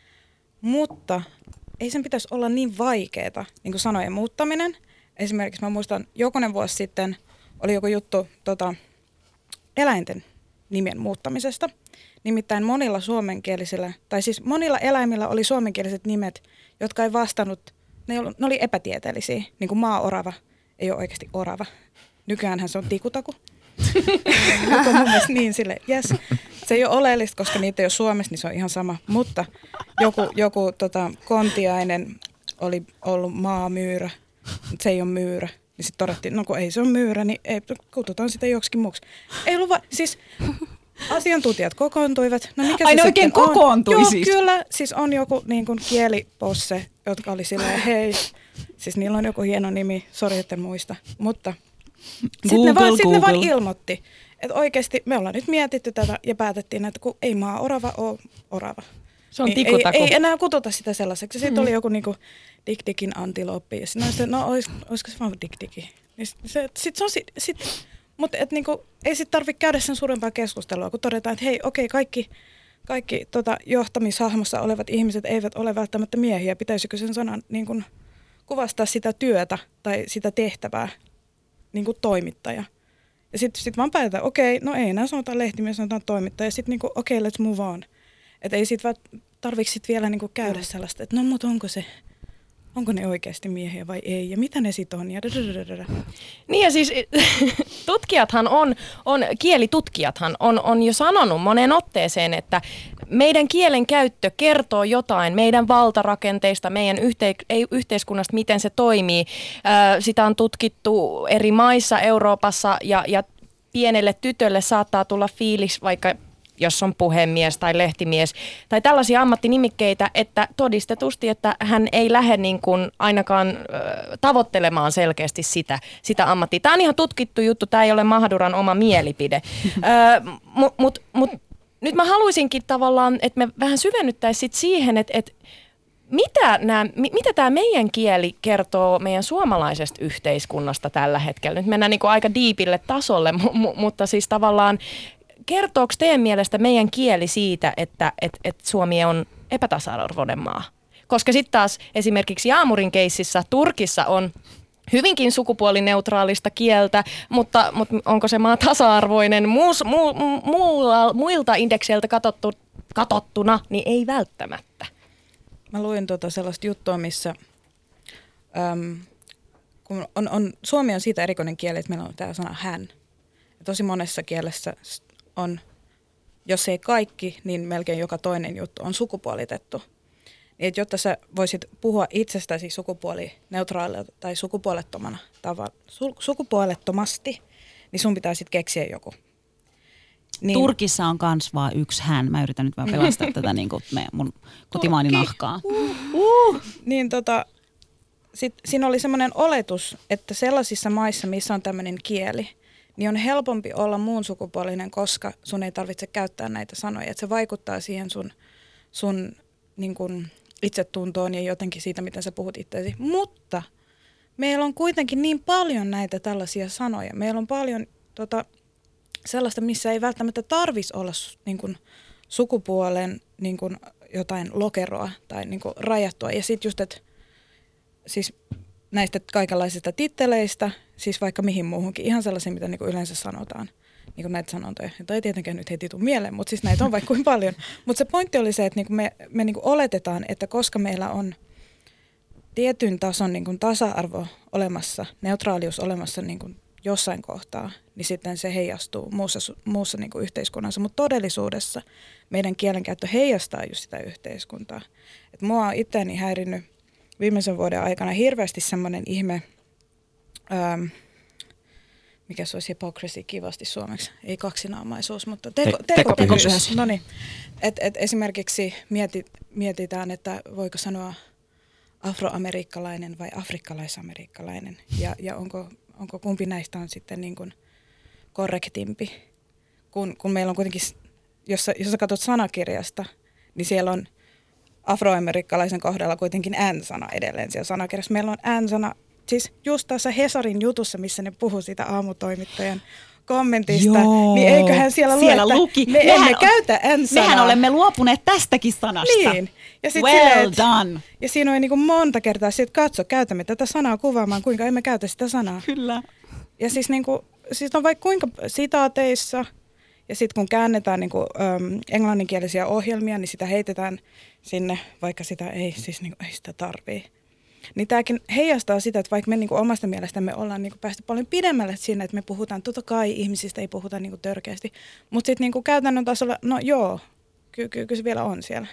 Mutta ei sen pitäisi olla niin vaikeaa, niin kuin sanojen muuttaminen. Esimerkiksi mä muistan, jokunen vuosi sitten oli joku juttu tota, eläinten nimien muuttamisesta. Nimittäin monilla suomenkielisillä, tai siis monilla eläimillä oli suomenkieliset nimet, jotka ei vastannut, ne, oli, ne oli epätieteellisiä, niin kuin maaorava ei ole oikeasti orava. Nykyäänhän se on tikutaku. Joka on mun mielestä niin sille, yes. Se ei ole oleellista, koska niitä ei ole Suomessa, niin se on ihan sama. Mutta joku, joku tota, kontiainen oli ollut maamyyrä, mutta se ei ole myyrä. Niin sitten todettiin, no kun ei se ole myyrä, niin ei, kutsutaan sitä joksikin muuksi. Ei ollut va- siis asiantuntijat kokoontuivat. No mikä Ai se ne oikein on? kokoontui Joo, siis? Kyllä, siis on joku niin kuin kieliposse, jotka oli silleen, hei, siis niillä on joku hieno nimi, sori etten muista, mutta sitten ne, vaan, sit ne vaan ilmoitti, että oikeasti me ollaan nyt mietitty tätä ja päätettiin, että kun ei maa orava ole orava. Se on niin tikutaku. Ei, ei enää kutota sitä sellaiseksi. Sitten Mm. oli joku niinku Dick-Dickin antilooppi. Ja sitten se, no olis, olisiko se vaan Dick-Dicki? Niin se, sit se on sit, sit, mutta et niinku, ei sit tarvitse käydä sen suurempaa keskustelua, kun todetaan, että hei, okei, kaikki, kaikki tota, johtamishahmossa olevat ihmiset eivät ole välttämättä miehiä. Pitäisikö sen sanan niin kun, kuvastaa sitä työtä tai sitä tehtävää niin kuin toimittaja? Ja sitten sit vaan päätetään, okei, no ei enää sanotaan lehtimies, sanotaan toimittaja. Ja sitten niinku, okei, let's move on. Että ei siitä tarvitse sit vielä niinku käydä mm. sellaista, että no mutta onko se, onko ne oikeasti miehiä vai ei, ja mitä ne sit on, ja dadadadada. Niin ja siis tutkijathan on, on kielitutkijathan on, on jo sanonut moneen otteeseen, että meidän kielen käyttö kertoo jotain meidän valtarakenteista, meidän yhte- ei, yhteiskunnasta, miten se toimii. Ö, sitä on tutkittu eri maissa Euroopassa ja, ja pienelle tytölle saattaa tulla fiilis vaikka jos on puhemies tai lehtimies tai tällaisia ammattinimikkeitä, että todistetusti, että hän ei lähde niin kuin ainakaan ö, tavoittelemaan selkeästi sitä, sitä ammattia. Tämä on ihan tutkittu juttu, tämä ei ole Mahduran oma mielipide. Mutta mut, mut, nyt mä haluaisinkin tavallaan, että me vähän syvennyttäisiin siihen, että, että mitä, nämä, mitä tämä meidän kieli kertoo meidän suomalaisesta yhteiskunnasta tällä hetkellä. Nyt mennään niin kuin aika diipille tasolle, mu, mu, mutta siis tavallaan kertooko teidän mielestä meidän kieli siitä, että et, et Suomi on epätasa-arvoinen maa? Koska sitten taas esimerkiksi Jaamurin keississä Turkissa on hyvinkin sukupuolineutraalista kieltä, mutta, mutta onko se maa tasa-arvoinen muus, mu, muulla, muilta indekseiltä katsottu, katsottuna, niin ei välttämättä. Mä luin tuota sellaista juttua, missä äm, kun on, on, suomi on siitä erikoinen kieli, että meillä on tämä sana hän. Ja tosi monessa kielessä on, jos ei kaikki, niin melkein joka toinen juttu on sukupuolitettu. Niin, että jotta sä voisit puhua itsestäsi sukupuolineutraalilla tai sukupuolettomana tava, su, sukupuolettomasti, niin sun pitää sitten keksiä joku. Niin, Turkissa on kans vaan yksi hän. Mä yritän nyt vaan pelastaa tätä niin kuin me, mun kotimaani nahkaa. Uh, uh. Niin tota, sit, siinä oli semmoinen oletus, että sellaisissa maissa, missä on tämmöinen kieli, niin on helpompi olla muun sukupuolinen, koska sun ei tarvitse käyttää näitä sanoja. Että se vaikuttaa siihen sun, sun niin kun itsetuntoon ja jotenkin siitä, miten sä puhut itseäsi. Mutta meillä on kuitenkin niin paljon näitä tällaisia sanoja. Meillä on paljon tota, sellaista, missä ei välttämättä tarvitsisi olla niin kun sukupuolen niin kun jotain lokeroa tai niin kun rajattua. Ja sitten just, että siis näistä kaikenlaisista titteleistä, siis vaikka mihin muuhunkin, ihan sellaisia, mitä niinku yleensä sanotaan, niin kuin näitä sanontoja. Toi ei tietenkään nyt heti tule mieleen, mutta siis näitä on vaikka kuin paljon. Mutta se pointti oli se, että niinku me, me niinku oletetaan, että koska meillä on tietyn tason niinku tasa-arvo olemassa, neutraalius olemassa niinku jossain kohtaa, niin sitten se heijastuu muussa, muussa niinku yhteiskunnassa. Mutta todellisuudessa meidän kielenkäyttö heijastaa just sitä yhteiskuntaa. Et mua on itseäni häirinnyt viimeisen vuoden aikana hirveästi semmoinen ihme, ähm, mikä se olisi hypocrisy kivasti suomeksi, ei kaksinaamaisuus, mutta teko, Te- teko, tekopyhyys. teko, no niin, että et esimerkiksi mieti, mietitään, että voiko sanoa afroamerikkalainen vai afrikkalaisamerikkalainen, ja, ja onko, onko kumpi näistä on sitten niin kuin korrektimpi, kun, kun meillä on kuitenkin, jos sä, jos sä katsot sanakirjasta, niin siellä on afroamerikkalaisen kohdalla kuitenkin N-sana edelleen siellä sanakirjassa. Meillä on N-sana, siis just tässä Hesarin jutussa, missä ne puhuu siitä aamutoimittajan kommentista, Joo. niin eiköhän siellä, Siellä lue, luki. me Mehän emme on- käytä N-sanaa. Mehän olemme luopuneet tästäkin sanasta. Niin. Ja sit Well silleen, et- done. Ja siinä on niin kuin monta kertaa, että katso, käytämme tätä sanaa kuvaamaan, kuinka emme käytä sitä sanaa. Kyllä. Ja siis, niin kuin, siis on vaikka kuinka sitaateissa, ja sitten kun käännetään niin kuin, äm, englanninkielisiä ohjelmia, niin sitä heitetään sinne, vaikka sitä ei, siis niin kuin, ei sitä tarvii. Niin tämäkin heijastaa sitä, että vaikka me niin kuin omasta mielestämme ollaan niin kuin päästy paljon pidemmälle siinä, että me puhutaan, totta kai ihmisistä ei puhuta niin kuin törkeästi, mutta sitten niin kuin käytännön tasolla, no joo, kyllä ky- ky- se vielä on siellä.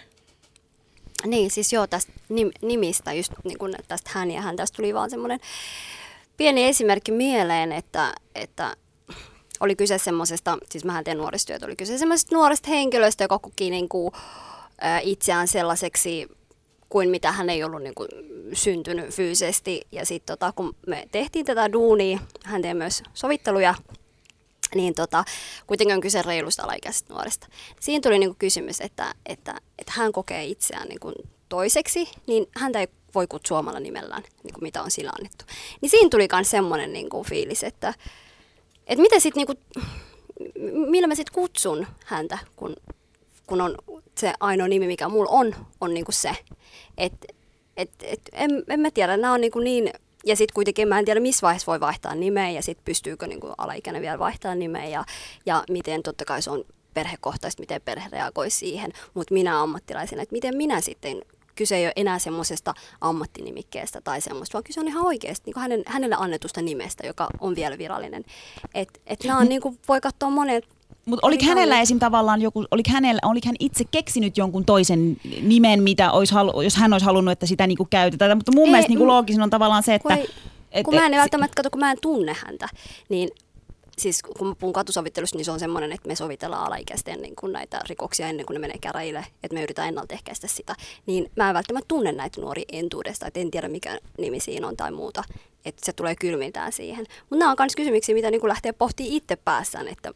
Niin, siis joo, tästä nim- nimistä, just niin kuin tästä hän ja hän, tästä tuli vaan semmoinen pieni esimerkki mieleen, että, että oli kyse semmoisesta, siis mähän teen nuorisotyötä, oli kyse semmoisesta nuoresta henkilöstä, joka koki niin kuin, ä, itseään sellaiseksi kuin mitä hän ei ollut niin kuin syntynyt fyysisesti. Ja sitten tota, kun me tehtiin tätä duunia, hän teki myös sovitteluja, niin tota, kuitenkin on kyse reilusta alaikäisestä nuoresta. Siinä tuli niinku kysymys, että, että, että hän kokee itseään niinku toiseksi, niin häntä ei voi kutsua omalla nimellään, niinku mitä on sillä annettu. Niin siinä tuli myös semmoinen niinku fiilis, että, että miten sit, niinku, millä mä sitten kutsun häntä, kun, kun on se ainoa nimi, mikä mulla on, on niinku se. Että et, et, en, en mä tiedä, nämä on niinku niin... Ja sitten kuitenkin mä en tiedä, missä vaiheessa voi vaihtaa nimeä ja sitten pystyykö niinku alaikäinen vielä vaihtaa nimeä ja, ja miten totta kai se on perhekohtaista, miten perhe reagoi siihen. Mutta minä ammattilaisena, että miten minä sitten, kyse ei ole enää semmoisesta ammattinimikkeestä tai semmoista, vaan kyse on ihan oikeasti niinku hänen, hänelle annetusta nimestä, joka on vielä virallinen. Että et nämä on niinku, voi katsoa monet. Mutta oliko hänellä esim. Tavallaan joku, oliko, hänellä, oliko hän itse keksinyt jonkun toisen nimen, mitä olisi halu, jos hän olisi halunnut, että sitä niinku käytetään? Mutta mun ei, mielestä niinku loogisin on tavallaan se, että... Kun, ei, et, kun mä en välttämättä kato, kun mä en tunne häntä, niin siis kun mä puhun katusovittelusta, niin se on semmoinen, että me sovitellaan alaikäisten niin kun näitä rikoksia ennen kuin ne menee käräjille, että me yritetään ennaltaehkäistä sitä. Niin mä en välttämättä tunne näitä nuoria entuudesta, että en tiedä mikä nimi siinä on tai muuta, että se tulee kylmiltään siihen. Mutta nämä on myös kysymyksiä, mitä niin lähtee pohtimaan itse päässään, että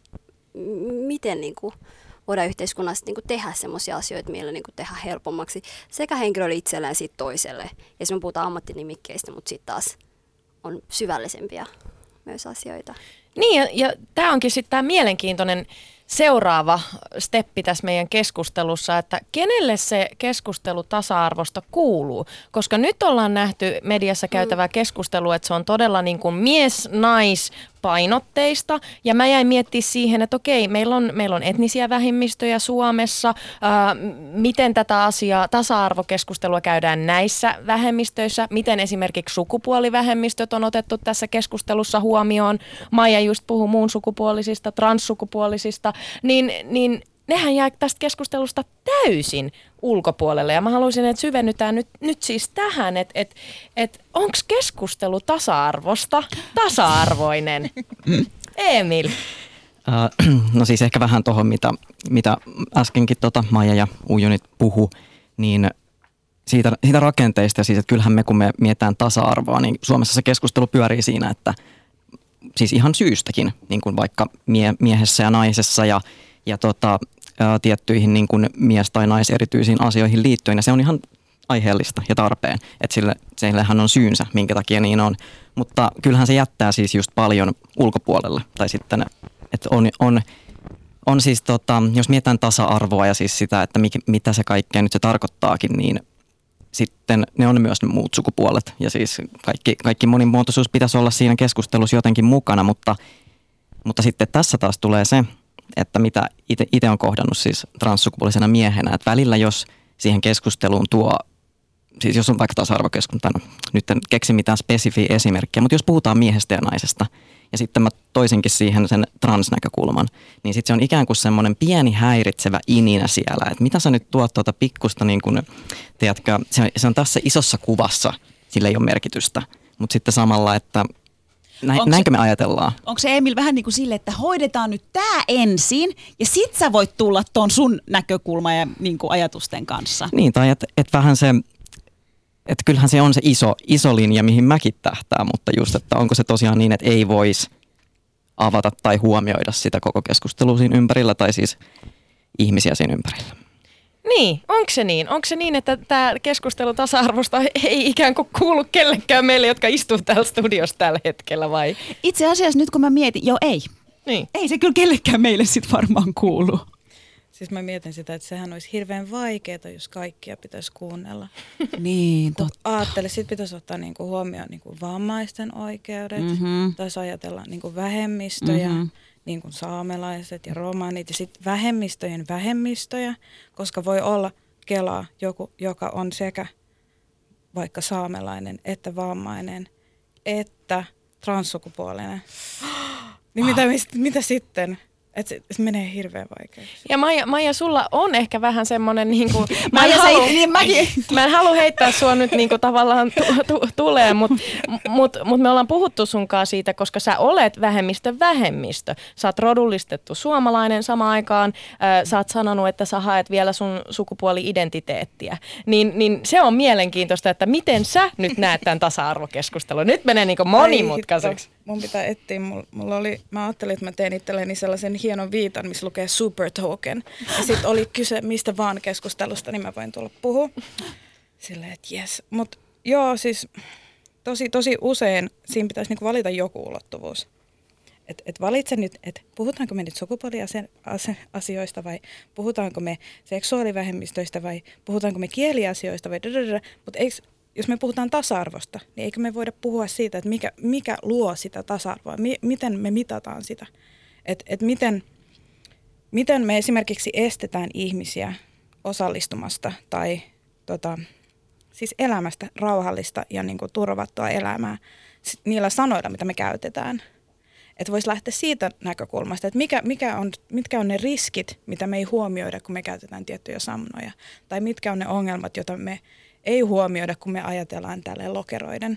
miten niin kuin voidaan yhteiskunnassa niin kuin tehdä semmoisia asioita, millä niin kuin tehdä helpommaksi sekä henkilölle itselleen ja sitten toiselle. Ja me puhutaan ammattinimikkeistä, mutta sitten taas on syvällisempiä myös asioita. Niin, ja, ja tämä onkin sitten tämä mielenkiintoinen seuraava steppi tässä meidän keskustelussa, että kenelle se keskustelu tasa-arvosta kuuluu, koska nyt ollaan nähty mediassa käytävää keskustelua, että se on todella niin kuin mies-nais painotteista, ja mä jäin miettimään siihen, että okei, meillä on, meillä on etnisiä vähemmistöjä Suomessa, ää, miten tätä asiaa, tasa-arvokeskustelua käydään näissä vähemmistöissä, miten esimerkiksi sukupuolivähemmistöt on otettu tässä keskustelussa huomioon, Maija just puhui muun sukupuolisista, transsukupuolisista, niin, niin nehän jää tästä keskustelusta täysin ulkopuolelle. Ja mä haluaisin, että syvennytään nyt, nyt siis tähän, että et, et, onko keskustelu tasa-arvosta tasa-arvoinen? Emil. Uh, no siis ehkä vähän tuohon, mitä, mitä äskenkin tota Maija ja Uijunit puhu, niin siitä, siitä rakenteista ja siis, että kyllähän me kun me mietitään tasa-arvoa, niin Suomessa se keskustelu pyörii siinä, että siis ihan syystäkin, niin kuin vaikka mie, miehessä ja naisessa ja, ja tota, ää, tiettyihin niin kuin mies- tai naiserityisiin asioihin liittyen. Ja se on ihan aiheellista ja tarpeen, että sille, sillehän on syynsä, minkä takia niin on. Mutta kyllähän se jättää siis just paljon ulkopuolelle. Tai sitten, että on, on, on siis, tota, jos mietitään tasa-arvoa ja siis sitä, että mikä, mitä se kaikkea nyt se tarkoittaakin, niin sitten ne on myös ne muut sukupuolet ja siis kaikki, kaikki monimuotoisuus pitäisi olla siinä keskustelussa jotenkin mukana, mutta, mutta sitten tässä taas tulee se, että mitä itse on kohdannut siis transsukupuolisena miehenä, että välillä jos siihen keskusteluun tuo, siis jos on vaikka tasa-arvokeskustelu, no, nyt en keksi mitään spesifiä esimerkkiä, mutta jos puhutaan miehestä ja naisesta ja sitten mä toisinkin siihen sen transnäkökulman, niin sitten se on ikään kuin semmoinen pieni häiritsevä ininä siellä, että mitä sä nyt tuot tuota pikkusta, niin kuin, tiedätkö, se, se on tässä isossa kuvassa, sillä ei ole merkitystä, mutta sitten samalla, että näin, näinkö me ajatellaan? Onko se Emil vähän niin kuin sille, että hoidetaan nyt tämä ensin ja sit sä voit tulla ton sun näkökulma ja niin kuin ajatusten kanssa? Niin, tai että et vähän se, että kyllähän se on se iso, iso linja, mihin mäkin tähtää, mutta just, että onko se tosiaan niin, että ei voisi avata tai huomioida sitä koko keskustelua siinä ympärillä tai siis ihmisiä siinä ympärillä. Niin, onko se niin? Onko se niin, että tämä keskustelu tasa-arvosta ei ikään kuin kuulu kellekään meille, jotka istuu täällä studiossa tällä hetkellä vai? Itse asiassa nyt kun mä mietin, joo ei. Niin. Ei se kyllä kellekään meille sitten varmaan kuulu. Siis mä mietin sitä, että sehän olisi hirveän vaikeaa, jos kaikkia pitäisi kuunnella. Niin, totta. Aattele, sit pitäisi ottaa niinku huomioon niinku vammaisten oikeudet, Mm-hmm. taisi ajatella niinku vähemmistöjä, Mm-hmm. niin kuin saamelaiset ja romanit ja sitten vähemmistöjen vähemmistöjä, koska voi olla Kelaa joku, joka on sekä vaikka saamelainen, että vammainen, että transsukupuolinen. Niin mitä, mitä sitten? Että se, se menee hirveän vaikeaksi. Ja Maija, Maija, sulla on ehkä vähän semmoinen, niin kuin, mä, Maija, en sä halua, it- niin mäkin. mä en halua heittää sua nyt niin kuin, tavallaan tu, tu, tulee, mutta mut, mut me ollaan puhuttu sunkaan siitä, koska sä olet vähemmistön vähemmistö. Sä oot rodullistettu suomalainen samaan aikaan, äh, sä oot sanonut, että sä haet vielä sun sukupuoli-identiteettiä. Niin, niin se on mielenkiintoista, että miten sä nyt näet tämän tasa-arvokeskustelun. Nyt menee niin kuin monimutkaiseksi. Ai, mun pitää etsiä. Mulla, mulla oli, mä ajattelin, että mä teen itselleni sellaisen hienon viitan, missä lukee super token. Ja sit oli kyse mistä vaan keskustelusta, niin mä voin tulla puhua. Silleen, että jes. Mut joo, siis tosi, tosi usein siinä pitäisi niinku valita joku ulottuvuus. Et, et valitse nyt, että puhutaanko me nyt sukupuoliasioista vai puhutaanko me seksuaalivähemmistöistä vai puhutaanko me kieliasioista vai mutta jos me puhutaan tasa-arvosta, niin eikö me voida puhua siitä, että mikä, mikä luo sitä tasa-arvoa, mi, miten me mitataan sitä, että et miten, miten me esimerkiksi estetään ihmisiä osallistumasta tai tota, siis elämästä rauhallista ja niin kuin turvattua elämää niillä sanoilla, mitä me käytetään. Että voisi lähteä siitä näkökulmasta, että mikä, mikä on, mitkä on ne riskit, mitä me ei huomioida, kun me käytetään tiettyjä sanoja. Tai mitkä on ne ongelmat, joita me ei huomioida, kun me ajatellaan tälleen lokeroiden.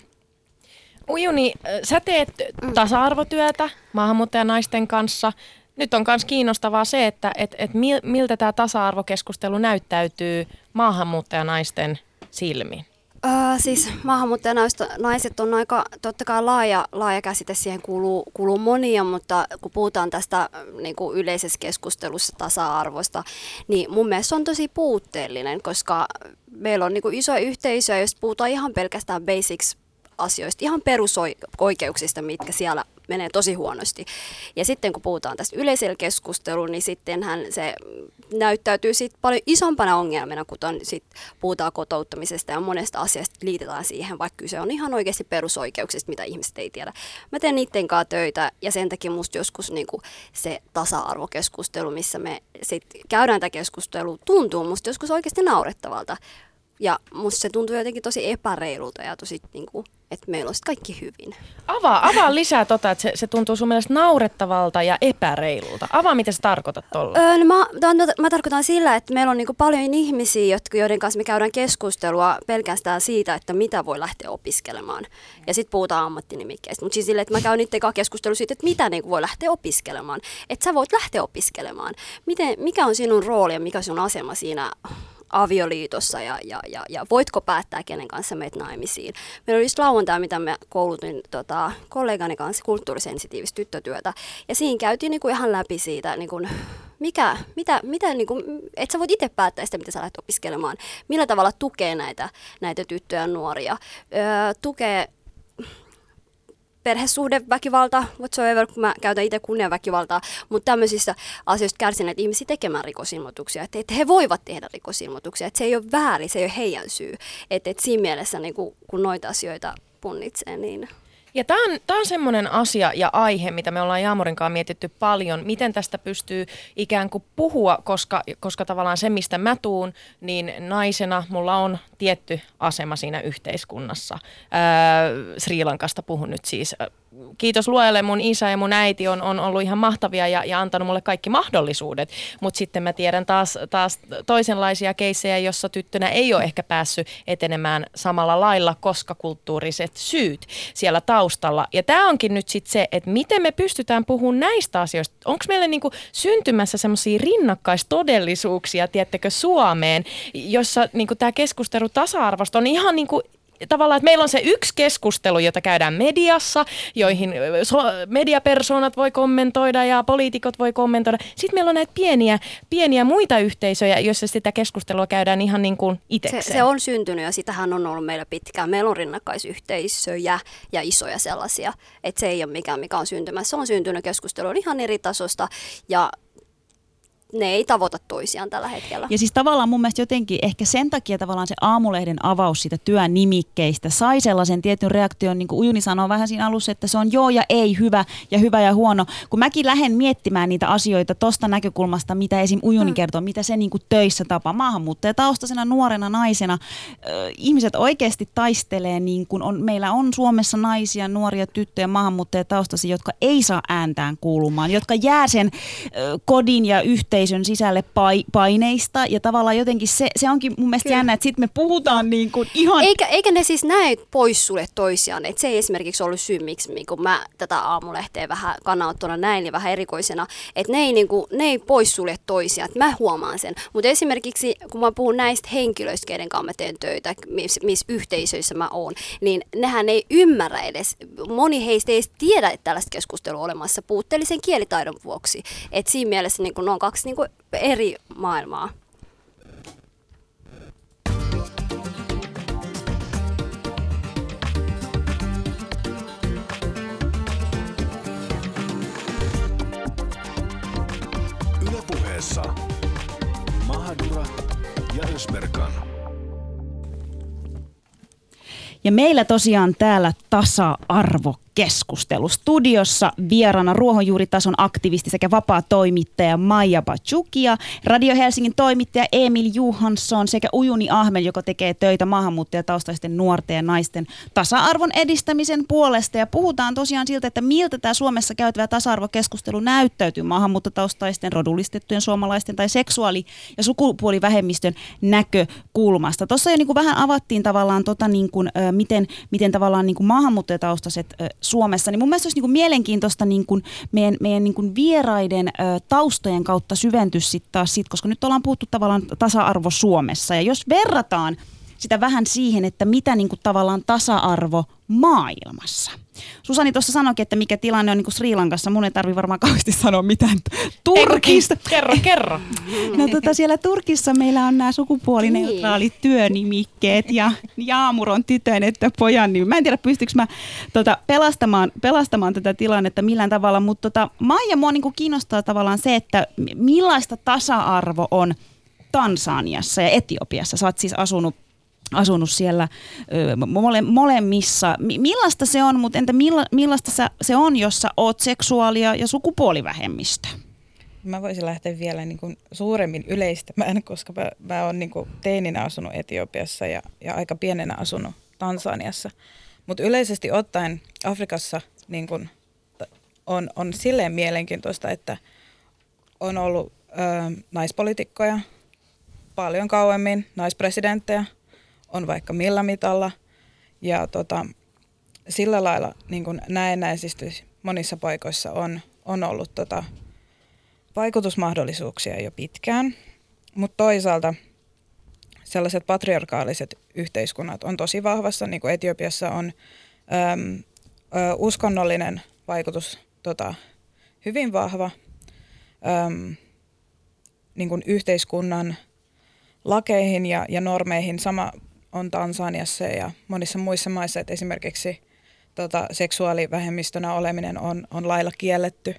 Ujuni, sä teet tasa-arvotyötä maahanmuuttajanaisten kanssa. Nyt on myös kiinnostavaa se, että et, et miltä tämä tasa-arvokeskustelu näyttäytyy maahanmuuttajanaisten silmiin. Öö, siis maahanmuuttajanaiset on aika, totta kai laaja, laaja käsite, siihen kuuluu, kuuluu monia, mutta kun puhutaan tästä niin kuin yleisessä keskustelussa tasa-arvosta, niin mun mielestä se on tosi puutteellinen, koska meillä on niin kuin isoja yhteisöjä, jos puhutaan ihan pelkästään basics asioista, ihan perusoikeuksista, mitkä siellä menee tosi huonosti. Ja sitten kun puhutaan tästä yleisellä keskustelulla, niin sittenhän se näyttäytyy sit paljon isompana ongelmana, kun on sit puhutaan kotouttamisesta ja monesta asiasta liitetään siihen, vaikka kyse on ihan oikeasti perusoikeuksista, mitä ihmiset ei tiedä. Mä teen niiden kanssa töitä ja sen takia musta joskus niinku se tasa-arvokeskustelu, missä me sit käydään tätä keskustelua, tuntuu musta joskus oikeasti naurettavalta. Ja musta se tuntuu jotenkin tosi epäreilulta ja tosi, niin kuin, että meillä on kaikki hyvin. Avaa, avaa lisää tota, että se, se tuntuu sun mielestä naurettavalta ja epäreilulta. Avaa, mitä sä tarkoitat tuolla? Öö, no mä, mä tarkoitan sillä, että meillä on niin kuin paljon ihmisiä, joiden kanssa me käydään keskustelua pelkästään siitä, että mitä voi lähteä opiskelemaan. Ja sitten puhutaan ammattinimikkeistä. Mutta siis sille, että mä käyn niiden kanssa keskustelua siitä, että mitä niin kuin voi lähteä opiskelemaan. Että sä voit lähteä opiskelemaan. Miten, mikä on sinun rooli ja mikä on sinun asema siinä avioliitossa ja, ja, ja, ja voitko päättää, kenen kanssa meet naimisiin. Meillä oli just lauantai, mitä mä koulutin tota, kollegani kanssa kulttuurisensitiivistä tyttötyötä, ja siinä käytiin niinku ihan läpi siitä, niinku, mikä, mitä, mitä, niinku, että sä voit itse päättää sitä, mitä sä lähdet opiskelemaan, millä tavalla tukee näitä, näitä tyttöjä ja nuoria, öö, tukee perhesuhdeväkivalta, whatsoever, kun mä käytän itse kunniaväkivaltaa, mutta tämmöisistä asioista kärsineet ihmisiä tekemään rikosilmoituksia, että, että he voivat tehdä rikosilmoituksia, että se ei ole väärin, se ei ole heidän syy, että, että siinä mielessä niin kun, kun noita asioita punnitsee, niin... Ja tämä on, tää on semmoinen asia ja aihe, mitä me ollaan Jaamorin kanssa mietitty paljon, miten tästä pystyy ikään kuin puhua, koska, koska tavallaan se, mistä mä tuun, niin naisena mulla on tietty asema siinä yhteiskunnassa. Ää, Sri Lankasta puhun nyt siis. Kiitos luojalle, mun isä ja mun äiti on, on ollut ihan mahtavia ja, ja antanut mulle kaikki mahdollisuudet, mutta sitten mä tiedän taas, taas toisenlaisia keissejä, jossa tyttönä ei ole ehkä päässyt etenemään samalla lailla, koska kulttuuriset syyt siellä taustalla. Ja tämä onkin nyt sitten se, että miten me pystytään puhumaan näistä asioista. Onko meillä niinku syntymässä semmoisia rinnakkaistodellisuuksia, tiedättekö, Suomeen, jossa niinku tämä keskustelu tasa-arvosta on ihan niinku tavallaan, että meillä on se yksi keskustelu, jota käydään mediassa, joihin mediapersoonat voi kommentoida ja poliitikot voi kommentoida. Sitten meillä on näitä pieniä, pieniä muita yhteisöjä, joissa sitä keskustelua käydään ihan niin kuin itsekseen. Se, se on syntynyt ja sitähän on ollut meillä pitkään. Meillä on rinnakkaisyhteisöjä ja isoja sellaisia, että se ei ole mikään, mikä on syntymässä. Se on syntynyt keskustelu on ihan eri tasosta ja ne ei tavoita toisiaan tällä hetkellä. Ja siis tavallaan mun mielestä jotenkin ehkä sen takia tavallaan se Aamulehden avaus siitä työnimikkeistä sai sellaisen tietyn reaktion, niin kuin Ujuni sanoi vähän siinä alussa, että se on joo ja ei, hyvä ja hyvä ja huono. Kun mäkin lähden miettimään niitä asioita tosta näkökulmasta, mitä esim. Ujuni kertoo, mitä se niin kuin töissä tapaa maahanmuuttajataustaisena nuorena naisena. Äh, ihmiset oikeasti taistelee, niin kuin on, meillä on Suomessa naisia, nuoria tyttöjä, maahanmuuttajataustaisia, jotka ei saa ääntään kuulumaan, jotka jää sen äh, kodin ja yhteisön sisälle paineista ja tavallaan jotenkin se, se onkin mun mielestä Kyllä. jännä, että sitten me puhutaan niin kuin ihan... Eikä, eikä ne siis näy poissulje toisiaan, että se ei esimerkiksi ollut syy, miksi niin kun mä tätä Aamulehteä vähän kannanottona näin ja vähän erikoisena, että ne ei, niin kuin, ne ei poissulje toisiaan, että mä huomaan sen, mutta esimerkiksi kun mä puhun näistä henkilöistä, keiden kanssa mä teen töitä, missä mis yhteisöissä mä oon, niin nehän ei ymmärrä edes, moni heistä ei edes tiedä, että tällaista keskustelua on olemassa puutteellisen kielitaidon vuoksi, että siinä mielessä niin kun ne on kaksi niin kuin eri maailmaa. Yle Puheessa Mahadura ja Ösberkan. Ja meillä tosiaan täällä tasa-arvokeskustelu. Studiossa vieraana ruohonjuuritason aktivisti sekä vapaa toimittaja Maija Bachukia, Radio Helsingin toimittaja Emil Johansson sekä Ujuni Ahmel, joka tekee töitä maahanmuuttajataustaisten nuorten ja naisten tasa-arvon edistämisen puolesta. Ja puhutaan tosiaan siltä, että miltä tämä Suomessa käytävä tasa-arvokeskustelu näyttäytyy maahanmuuttajataustaisten, rodullistettujen suomalaisten tai seksuaali- ja sukupuolivähemmistön näkökulmasta. Tuossa jo niin kuin vähän avattiin tavallaan tota niin kuin, miten, miten tavallaan niin kuin maahanmuuttajataustaiset ö, Suomessa, niin mun mielestä olisi niin kuin mielenkiintoista niin kuin meidän, meidän niin kuin vieraiden ö, taustojen kautta syventyä sitten taas sit, koska nyt ollaan puhuttu tavallaan tasa-arvo Suomessa, ja jos verrataan sitä vähän siihen, että mitä niin kuin tavallaan tasa-arvo maailmassa. Susani tuossa sanoikin, että mikä tilanne on niin kuin Sri Lankassa. Mun ei tarvitse varmaan kauheasti sanoa mitään Turkista. Kerro, kerro. No tota, siellä Turkissa meillä on nämä sukupuolineutraalit niin. työnimikkeet ja Jaamur on tytön että pojan nimi. Mä en tiedä, pystyykö mä tota, pelastamaan, pelastamaan tätä tilannetta millään tavalla, mutta tota, Maija, mua niin kuin kiinnostaa tavallaan se, että millaista tasa-arvo on Tansaniassa ja Etiopiassa. Sä oot siis asunut asunut siellä ö, mole, molemmissa. Millaista se on, mutta entä milla, millaista sä, se on, jos sä oot seksuaalia ja sukupuolivähemmistö? Mä voisin lähteä vielä niin kuin suuremmin yleistämään, koska mä, mä oon niin kuin teininä asunut Etiopiassa ja, ja aika pienenä asunut Tansaniassa. Mutta yleisesti ottaen Afrikassa niin kuin, on, on silleen mielenkiintoista, että on ollut ö, naispoliitikkoja paljon kauemmin, naispresidenttejä, on vaikka millä mitalla ja tota, sillä lailla niin kuin näennäisesti monissa paikoissa on, on ollut tota, vaikutusmahdollisuuksia jo pitkään, mutta toisaalta sellaiset patriarkaaliset yhteiskunnat on tosi vahvassa, niin kuin Etiopiassa on äm, ä, uskonnollinen vaikutus tota, hyvin vahva, äm, niin kuin yhteiskunnan lakeihin ja, ja normeihin. Sama on Tansaniassa ja monissa muissa maissa, että esimerkiksi tota, seksuaalivähemmistönä oleminen on, on lailla kielletty.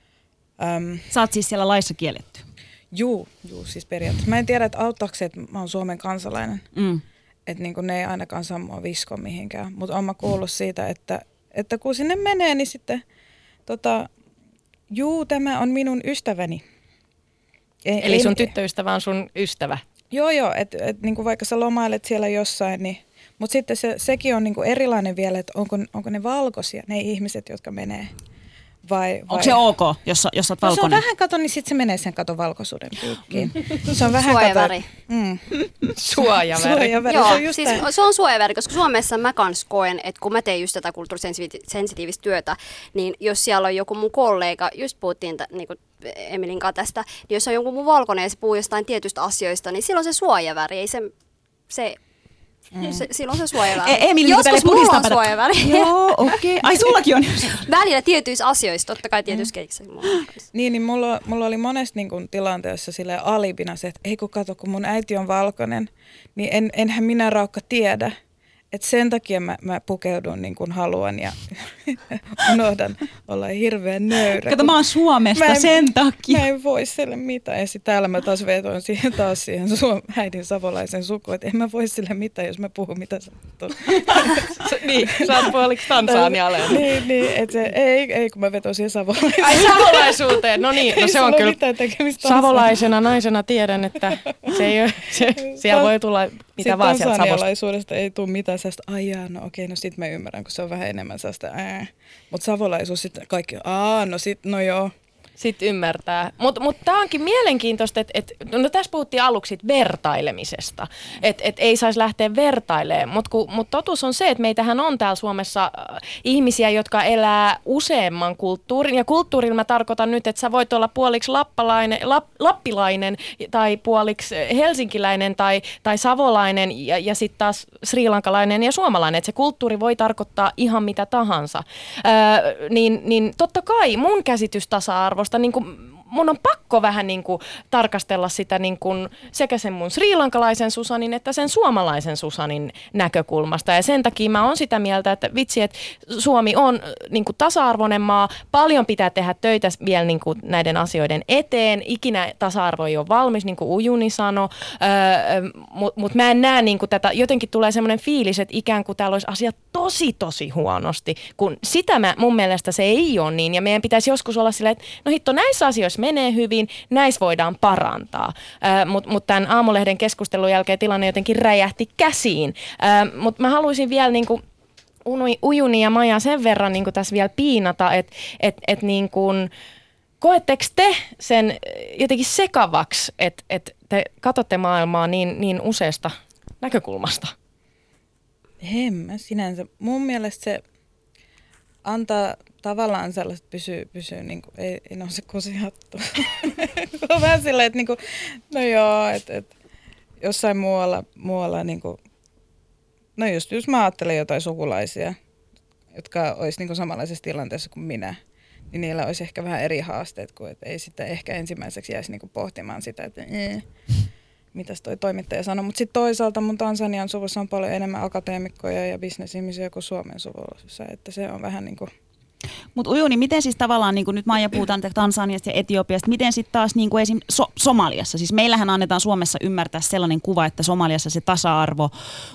Öm, Sä oot siis siellä laissa kielletty? Juu, juu, siis periaatteessa. Mä en tiedä, että auttaako se, että mä oon Suomen kansalainen. Mm. Että niin ne ei ainakaan saa mua viskoa mihinkään. Mutta oon mä kuullut siitä, että, että kun sinne menee, niin sitten tota, juu, tämä on minun ystäväni. Ei, Eli sun tyttöystävä on sun ystävä? Joo, joo, että et, niinku vaikka sä lomailet siellä jossain, niin, mutta sitten se, sekin on niinku erilainen vielä, että onko, onko ne valkoisia, ne ihmiset, jotka menee. Vai, vai... Onko se ok, jos, jos sä oot valkoinen? No se on vähän kato, niin sitten se menee sen kato valkoisuuden pyykkiin. Mm. Se on vähän suojaväri. Kato, mm. Suojaväri. Suojaväri. Joo, se on, just siis se on suojaväri, koska Suomessa mä kans koen, että kun mä teen just tätä kulttuurisensitiivistä työtä, niin jos siellä on joku mun kollega, just puhuttiin t- niinku Emilin kanssa tästä, niin jos on joku mun valkoinen ja se puhuu jostain tietystä asioista, niin silloin se suojaväri, ei se... se Mm. Se, silloin se suojaväri. E- Emil, joskus mulla on suojaväri. Joo, okei. Okay. Ai sullakin on. Välillä tietyissä asioissa, totta kai tietyissä mm. keiksissä. Niin, niin mulla, mulla oli monesti niin kun tilanteessa sille alibina se, että ei kun kato, kun mun äiti on valkoinen, niin en, enhän minä Raukka tiedä, et sen takia mä, mä pukeudun niin kuin haluan ja unohdan olla hirveän nöyrä. Kato, mä oon Suomesta mä en, sen takia. Mä en voi sille mitään. Ja sitten täällä mä taas vetoin siihen, taas siihen suom- äidin savolaisen sukuun, että en mä voi sille mitään, jos mä puhun mitä sanottu. Niin, sä oot puoliksi Tansanialainen. niin, niin että se, ei, ei, kun mä vetoin siihen savolaiseen. Ai savolaisuuteen, no niin, no se on kyllä savolaisena naisena tiedän, että se ei ole, se, siellä voi tulla mitä sitten vaan sieltä Savosta. Tansanialaisuudesta ei tule mitään sellaista, ai jaa, no okei, no sit mä ymmärrän, kun se on vähän enemmän sellaista, ää. Mutta savolaisuus sitten kaikki, aa, no sit, no joo. Sitten ymmärtää. Mutta mut tämä onkin mielenkiintoista, että et, no tässä puhuttiin aluksi vertailemisesta, että et ei saisi lähteä vertailemaan, mutta mut totuus on se, että meitähän on täällä Suomessa äh, ihmisiä, jotka elää useamman kulttuurin, ja kulttuurilla mä tarkoitan nyt, että sä voit olla puoliksi lappalainen, lap, lappilainen tai puoliksi helsinkiläinen tai, tai savolainen ja, ja sitten taas srilankalainen ja suomalainen, että se kulttuuri voi tarkoittaa ihan mitä tahansa. Äh, niin, niin totta kai mun käsitys tasa-arvosta, niin kuin mun on pakko vähän niin kuin tarkastella sitä niin kuin sekä sen mun srilankalaisen Susanin että sen suomalaisen Susanin näkökulmasta. Ja sen takia mä oon sitä mieltä, että vitsi, että Suomi on niin kuin tasa-arvoinen maa. Paljon pitää tehdä töitä vielä niin kuin näiden asioiden eteen. Ikinä tasa-arvo ei ole valmis, niin kuin Ujuni sanoi. Öö, Mutta mut mä en näe niin kuin tätä, jotenkin tulee semmoinen fiilis, että ikään kuin täällä olisi asiat tosi tosi huonosti. Kun sitä mä, mun mielestä se ei ole niin. Ja meidän pitäisi joskus olla silleen, että no hitto, näissä asioissa menee hyvin, näissä voidaan parantaa. Äh, Mutta mut tämän Aamulehden keskustelun jälkeen tilanne jotenkin räjähti käsiin. Äh, Mutta mä haluaisin vielä niinku Ujuni ja Maja sen verran niinku tässä vielä piinata, että et, et niinku, koetteko te sen jotenkin sekavaksi, että et te katsotte maailmaa niin, niin useasta näkökulmasta? En mä sinänsä. Mun mielestä se antaa tavallaan sellaiset pysyy, pysyy niin kuin, ei, ei nouse kusi hattu. Se on vähän silleen, että niin kuin, no joo, että et, jossain muualla, muualla niin kuin, no just jos mä ajattelen jotain sukulaisia, jotka olisi niin kuin samanlaisessa tilanteessa kuin minä, niin niillä olisi ehkä vähän eri haasteet, kuin että ei sitten ehkä ensimmäiseksi jäisi niin kuin pohtimaan sitä, että ee, mitäs toi toimittaja sanoi. Mutta sitten toisaalta mun Tansanian suvussa on paljon enemmän akateemikkoja ja bisnesihmisiä kuin Suomen suvussa, että se on vähän niin kuin. Mutta Ujuni, miten siis tavallaan, niin kuin nyt Maija puhutaan Tansaniasta ja Etiopiasta, miten sitten taas niin kuin esim. So- Somaliassa? Siis meillähän annetaan Suomessa ymmärtää sellainen kuva, että Somaliassa se tasa-arvo,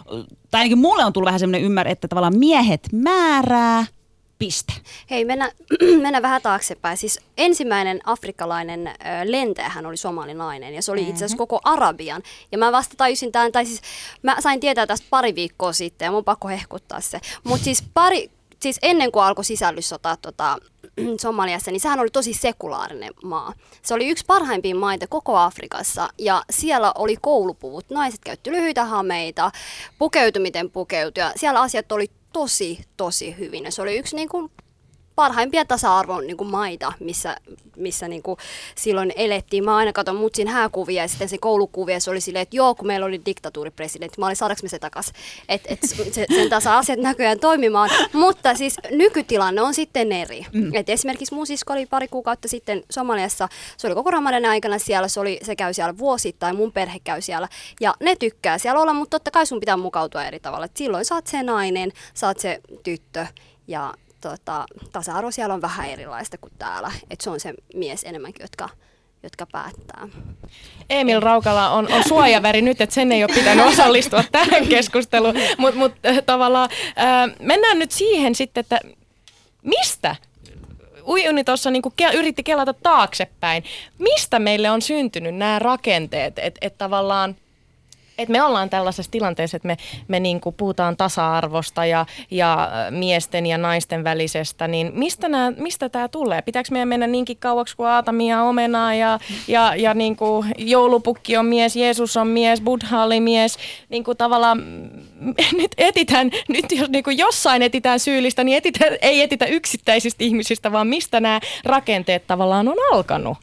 tai ainakin mulle on tullut vähän sellainen ymmärrys, että tavallaan miehet määrää, piste. Hei, mennään mennä vähän taaksepäin. Siis ensimmäinen afrikkalainen ö, lentäjähän oli somalinainen ja se oli itse asiassa koko Arabian. Ja mä vasta tajusin tämän, tai siis mä sain tietää tästä pari viikkoa sitten ja mun on pakko hehkuttaa se. Mutta siis pari, siis ennen kuin alkoi sisällyssota tota, Somaliassa, niin sehän oli tosi sekulaarinen maa. Se oli yksi parhaimpia maita koko Afrikassa ja siellä oli koulupuvut. Naiset käytti lyhyitä hameita, pukeutui miten pukeutui ja siellä asiat oli tosi, tosi hyvin. Ja se oli yksi niin kuin parhaimpia tasa-arvon niin kuin maita, missä, missä niin kuin silloin elettiin. Mä aina katson mutsin hääkuvia ja sitten se koulukuvia, se oli silleen, että joo, kun meillä oli diktatuuripresidentti, mä olin, saadaanko me se takas, että et se, sen tasa asiat näköjään toimimaan. Mutta siis nykytilanne on sitten eri. Mm. Et esimerkiksi mun sisko oli pari kuukautta sitten Somaliassa, se oli koko Ramadanin aikana siellä, se, oli, se käy siellä vuosittain, mun perhe käy siellä ja ne tykkää siellä olla, mutta totta kai sun pitää mukautua eri tavalla. Et silloin sä oot se nainen, sä oot se tyttö ja Tota, tasa-arvo siellä on vähän erilaista kuin täällä, että se on se mies enemmänkin, jotka, jotka päättää. Emil Raukala on, on suojaväri nyt, että sen ei ole pitänyt osallistua tähän keskusteluun, mutta mut, tavallaan ää, mennään nyt siihen sitten, että mistä Ujuni tuossa niinku ke- yritti kelata taaksepäin, mistä meille on syntynyt nämä rakenteet, että et tavallaan että me ollaan tällaisessa tilanteessa, että me, me niinku puhutaan tasa-arvosta ja, ja miesten ja naisten välisestä, niin mistä, nää, mistä tämä tulee? Pitääkö meidän mennä niinkin kauaksi kuin Aatamia omenaa ja, ja, ja niinku joulupukki on mies, Jeesus on mies, Buddha oli mies. Niinku tavallaan nyt etitään, nyt jos niinku jossain etitään syyllistä, niin etitään, ei etitä yksittäisistä ihmisistä, vaan mistä nämä rakenteet tavallaan on alkanut.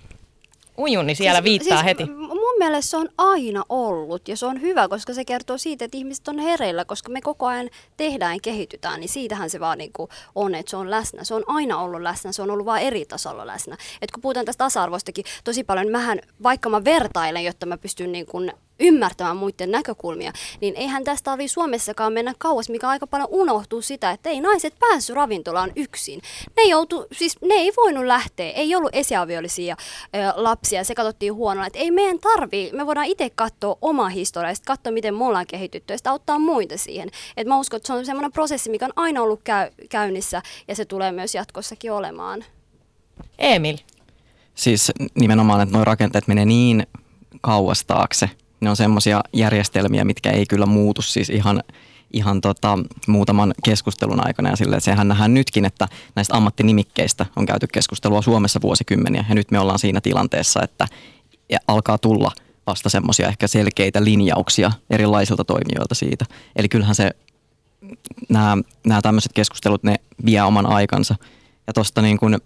Ujuni siellä siis, viittaa siis heti. Mun mielestä se on aina ollut ja se on hyvä, koska se kertoo siitä, että ihmiset on hereillä, koska me koko ajan tehdään ja kehitytään, niin siitähän se vaan niin kuin on, että se on läsnä. Se on aina ollut läsnä, se on ollut vaan eri tasolla läsnä. Et kun puhutaan tästä tasa-arvostakin tosi paljon, mähän, vaikka mä vertailen, jotta mä pystyn niin kuin ymmärtämään muiden näkökulmia, niin eihän tästä tarvitse Suomessakaan mennä kauas, mikä aika paljon unohtuu sitä, että ei naiset päässyt ravintolaan yksin. Ne, joutu, siis ne ei voinut lähteä, ei ollut esiaviollisia ö, lapsia, se katsottiin huonolla, että ei meidän tarvii, me voidaan itse katsoa omaa historiaa, ja katsoa, miten me ollaan kehitytty, ja sitä auttaa muita siihen. Et mä uskon, että se on semmoinen prosessi, mikä on aina ollut käy, käynnissä, ja se tulee myös jatkossakin olemaan. Emil. Siis nimenomaan, että nuo rakenteet menee niin kauas taakse. Ne on semmoisia järjestelmiä, mitkä ei kyllä muutu siis ihan, ihan tota, muutaman keskustelun aikana. Ja sille, sehän nähdään nytkin, että näistä ammattinimikkeistä on käyty keskustelua Suomessa vuosikymmeniä. Ja nyt me ollaan siinä tilanteessa, että alkaa tulla vasta semmoisia ehkä selkeitä linjauksia erilaisilta toimijoilta siitä. Eli kyllähän se, nämä, nämä tämmöiset keskustelut, ne vie oman aikansa. Ja tuosta niin kuin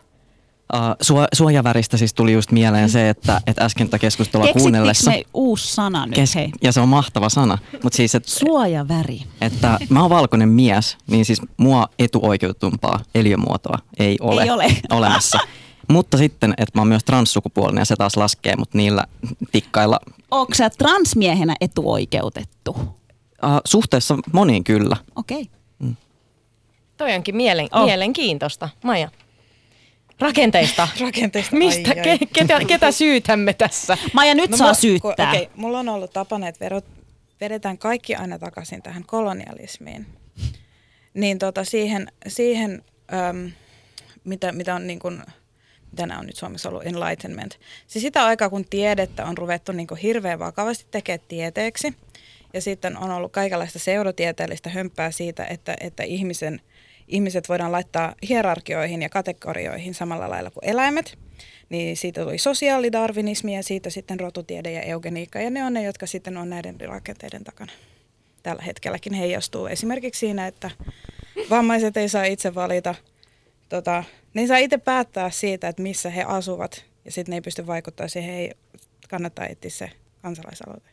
Uh, suojaväristä siis tuli just mieleen se, että, että äsken tätä keskustelua Keksittikö kuunnellessa. me uusi sana nyt? Kes- hei? Ja se on mahtava sana. Mut siis, et, Suojaväri. Että mä oon valkoinen mies, niin siis mua etuoikeutumpaa eliömuotoa ei ole, ei ole. olemassa. Mutta sitten, että mä oon myös transsukupuolinen ja se taas laskee mut niillä tikkailla. Ootko sä transmiehenä etuoikeutettu? Uh, suhteessa moniin kyllä. Okei. Okay. Mm. Toi onkin mielen, Oh. mielenkiintoista. Maija. Rakenteista. Rakenteista. Mistä? Ai, ai. Ke, ketä, ketä syytämme tässä? Maija, nyt No, saa mulla- syyttää. Okei, okay, mulla on ollut tapana, että verot, vedetään kaikki aina takaisin tähän kolonialismiin. Niin tota siihen, siihen äm, mitä, mitä on niin kuin, mitä nämä on nyt Suomessa ollut, enlightenment. Siis sitä aikaa, kun tiedettä on ruvettu niin kuin hirveän vakavasti tekemään tieteeksi. Ja sitten on ollut kaikenlaista seurotieteellistä hömppää siitä, että, että ihmisen, ihmiset voidaan laittaa hierarkioihin ja kategorioihin samalla lailla kuin eläimet. Niin siitä tuli sosiaalidarwinismi ja siitä sitten rotutiede ja eugeniikka. Ja ne on ne, jotka sitten on näiden rakenteiden takana. Tällä hetkelläkin heijastuu esimerkiksi siinä, että vammaiset ei saa itse valita, tota, ne ei saa itse päättää siitä, että missä he asuvat. Ja sitten ne ei pysty vaikuttamaan siihen, hei, kannattaa etsiä se kansalaisaloite.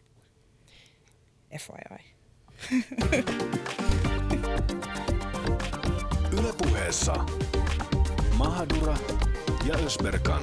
F Y I. Yle Puheessa Mahadura ja Ösberkan.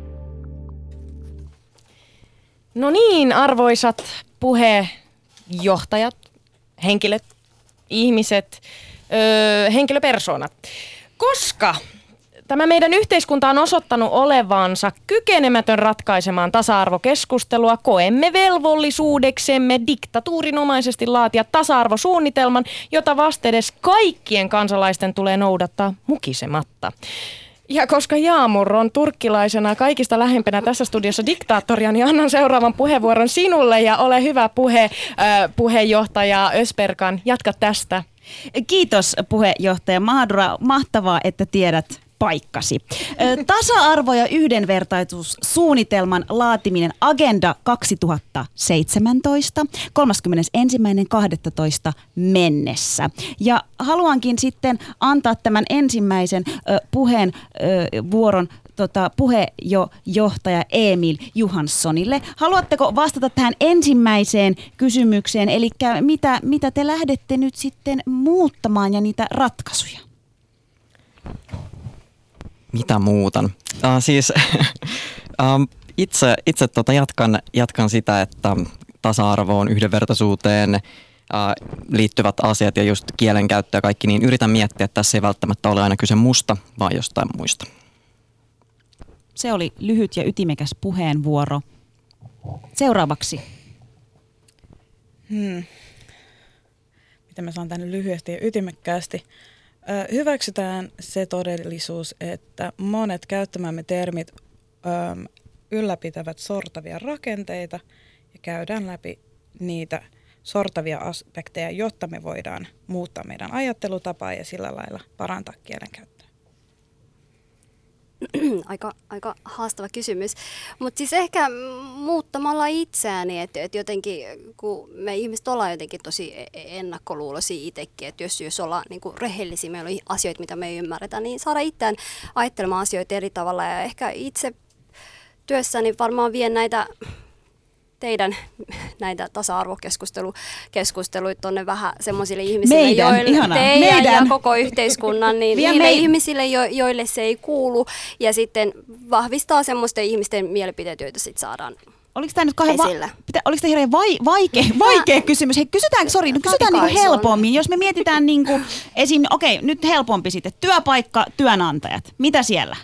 No niin, arvoisat puheenjohtajat, henkilöt, ihmiset, öö, henkilöpersoonat. Koska tämä meidän yhteiskunta on osoittanut olevansa kykenemätön ratkaisemaan tasa-arvokeskustelua, koemme velvollisuudeksemme diktatuurinomaisesti laatia tasa-arvosuunnitelman, jota vastedes kaikkien kansalaisten tulee noudattaa mukisematta. Ja koska Jaamur on turkkilaisena kaikista lähimpänä tässä studiossa diktaattoria, niin annan seuraavan puheenvuoron sinulle ja ole hyvä puhe, äh, puheenjohtaja Ösberkan. Jatka tästä. Kiitos puheenjohtaja Mahadura. Mahtavaa, että tiedät paikkasi. Ö, Tasa-arvo- ja yhdenvertaisuussuunnitelman laatiminen Agenda kaksituhattaseitsemäntoista kolmaskymmenesensimmäinen kahdestoista mennessä. Ja haluankin sitten antaa tämän ensimmäisen ö, puheen ö, vuoron tota, puheenjohtaja Emil Johanssonille. Haluatteko vastata tähän ensimmäiseen kysymykseen, eli mitä, mitä te lähdette nyt sitten muuttamaan ja niitä ratkaisuja? Mitä muutan? Uh, siis um, itse, itse tota jatkan, jatkan sitä, että tasa-arvoon, yhdenvertaisuuteen uh, liittyvät asiat ja just kielenkäyttö ja kaikki, niin yritän miettiä, että tässä ei välttämättä ole aina kyse musta, vaan jostain muista. Se oli lyhyt ja ytimekäs puheenvuoro. Seuraavaksi. Hmm. Miten mä saan tänne lyhyesti ja ytimekkäästi? Ö, hyväksytään se todellisuus, että monet käyttämämme termit ö, ylläpitävät sortavia rakenteita ja käydään läpi niitä sortavia aspekteja, jotta me voidaan muuttaa meidän ajattelutapaa ja sillä lailla parantaa kielenkäyttöä. Aika, aika haastava kysymys, mutta siis ehkä muuttamalla itseäni, että et jotenkin, kun me ihmiset ollaan jotenkin tosi ennakkoluuloisia itsekin, että jos, jos ollaan niin kuin rehellisiä, meillä on asioita, mitä me ei ymmärretä, niin saada itseään ajattelemaan asioita eri tavalla ja ehkä itse työssäni varmaan vien näitä teidän näitä tasa-arvokeskusteluita tuonne vähän semmoisille ihmisille, meidän, joille ihanaa. teidän meidän. ja koko yhteiskunnan, niin niille meidän. ihmisille, jo, joille se ei kuulu, ja sitten vahvistaa semmoisten ihmisten mielipiteet, joita sitten saadaan Oliko tämä nyt kauhean, Esillä. va- pitä, oliko tämä hirveän vai, vaikea, vaikea kysymys? Hei, kysytään, sorry, no kysytään niinku helpommin. Jos me mietitään niinku, esim, okei, okay, nyt helpompi sitten. Työpaikka, työnantajat. Mitä siellä?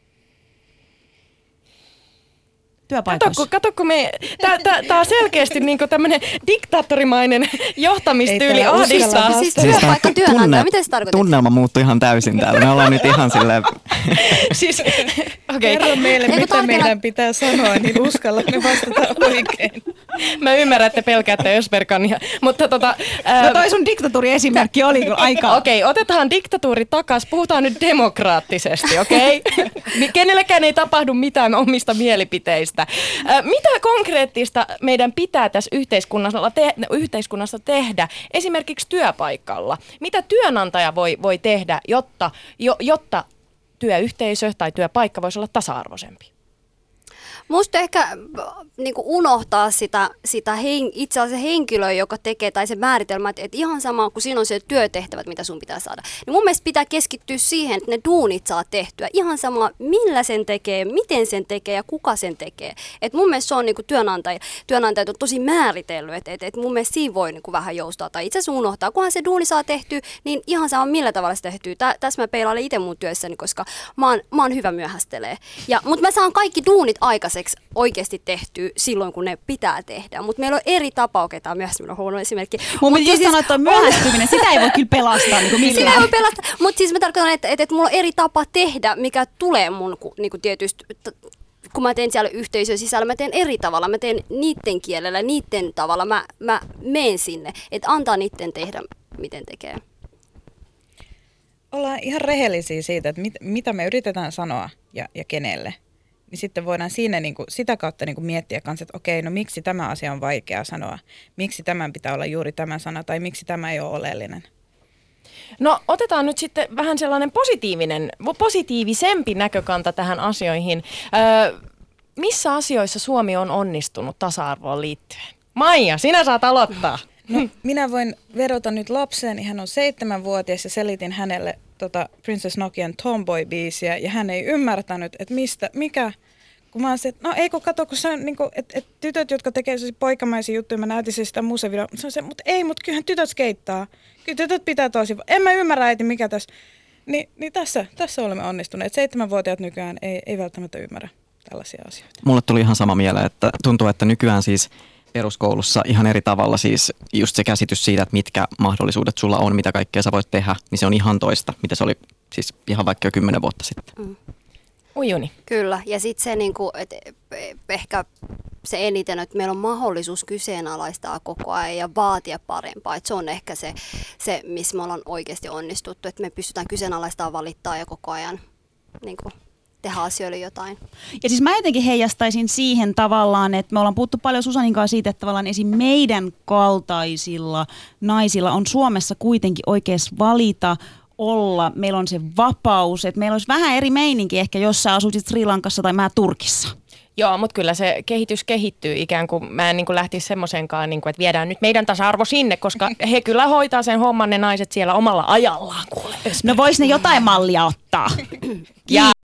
Työpaikoissa. Kato, kato, kun me, tämä on selkeästi niinku tämmöinen diktaattorimainen johtamistyyli Ei tää ahdistaa. uskalla Siis Siis työpaikka tää työnantaja, mitä se tarkoittaa? Tunnelma muuttui ihan täysin täällä. Me ollaan nyt ihan silleen... Siis, okei, Kerro meille, Ei, kun mitä tarkena- meidän pitää sanoa, niin uskallamme vastata oikein. mä ymmärrän, että pelkäätte Ösbergania, mutta tota... ää, No toi sun diktatuuriesimerkki oli kyllä aika... Okei, otetaan diktatuuri takas. Puhutaan nyt demokraattisesti, okei? Okay? Kenellekään ei tapahdu mitään omista mielipiteistä. Ä, mitä konkreettista meidän pitää tässä yhteiskunnassa, te- yhteiskunnassa tehdä, esimerkiksi työpaikalla? Mitä työnantaja voi, voi tehdä, jotta, jo, jotta työyhteisö tai työpaikka voisi olla tasa-arvoisempi? Musta ehkä niin unohtaa sitä, sitä hen, itse asiassa henkilöä, joka tekee, tai se määritelmä, että, että ihan sama kuin siinä on se työtehtävät, mitä sun pitää saada. Niin mun mielestä pitää keskittyä siihen, että ne duunit saa tehtyä. Ihan sama, millä sen tekee, miten sen tekee ja kuka sen tekee. Et mun mielestä se on niin työnantaja, työnantajat on tosi määritellyt, että et, et mun mielestä siinä voi niin vähän joustaa. Tai itse asiassa unohtaa, kunhan se duuni saa tehtyä, niin ihan sama millä tavalla se tehtyy. Tä, tässä mä peilailen itse mun työssäni, koska mä oon, mä oon hyvä myöhästelee. Ja, mutta mä saan kaikki duunit aikaiseksi oikeasti tehtyä silloin, kun ne pitää tehdä. Mutta meillä on eri tapa, okei, tämä on myöhästyminen huono esimerkki. Mun Mut piti just sanoa, että on myöhästyminen, sitä ei voi kyllä pelastaa niin kuin Sitä ei millään. voi pelastaa, mutta siis mä tarkoitan, että, että, että mulla on eri tapa tehdä, mikä tulee mun niin kuin tietysti, kun mä teen siellä yhteisön sisällä, mä teen eri tavalla, mä teen niiden kielellä, niiden tavalla, mä, mä menen sinne, että antaa niiden tehdä, miten tekee. Ollaan ihan rehellisiä siitä, että mit, mitä me yritetään sanoa ja, ja kenelle. Niin sitten voidaan siinä niin kuin, sitä kautta niin kuin miettiä kanssa, että okei, no miksi tämä asia on vaikea sanoa, miksi tämän pitää olla juuri tämä sana tai miksi tämä ei ole oleellinen. No otetaan nyt sitten vähän sellainen positiivinen, positiivisempi näkökanta tähän asioihin. Öö, missä asioissa Suomi on onnistunut tasa-arvoon liittyen? Maija, sinä saat aloittaa. No, minä voin vedota nyt lapseen, hän on seitsemänvuotias ja selitin hänelle tota Princess Nokian Tomboy-biisiä ja hän ei ymmärtänyt, että mistä, mikä, kun mä oon se, että no ei kun kato, kun se on niin kuin, että, että tytöt, jotka tekee sellaisia poikamaisia juttuja, mä näytin se sitä musevideoa, se on se, mutta ei, mutta kyllähän tytöt skeittaa, kyllä tytöt pitää tosi, en mä ymmärrä äiti, mikä tässä, Ni, niin tässä, tässä olemme onnistuneet, seitsemänvuotiaat nykyään ei, ei välttämättä ymmärrä tällaisia asioita. Mulle tuli ihan sama mieleen, että tuntuu, että nykyään siis peruskoulussa ihan eri tavalla siis just se käsitys siitä, että mitkä mahdollisuudet sulla on, mitä kaikkea sä voit tehdä, niin se on ihan toista, mitä se oli siis ihan vaikka jo kymmenen vuotta sitten. Mm. Ujuni. Kyllä, ja sitten se, niinku, että ehkä se eniten, että meillä on mahdollisuus kyseenalaistaa koko ajan ja vaatia parempaa. Et se on ehkä se, se, missä me ollaan oikeasti onnistuttu, että me pystytään kyseenalaistamaan, valittaa ja koko ajan niinku, tehdä asioille jotain. Ja siis mä jotenkin heijastaisin siihen tavallaan, että me ollaan puhuttu paljon Susanin kanssa siitä, että tavallaan esim. Meidän kaltaisilla naisilla on Suomessa kuitenkin oikeus valita, olla, meillä on se vapaus, että meillä olisi vähän eri meininki ehkä, jos sä asuisit Sri Lankassa tai mä Turkissa. Joo, mutta kyllä se kehitys kehittyy ikään kuin, mä en niin kuin lähtisi semmoisenkaan, niin kuin, että viedään nyt meidän tasa-arvo sinne, koska he kyllä hoitaa sen homman ne naiset siellä omalla ajallaan. Kuule. No vois ne jotain mallia ottaa. Ja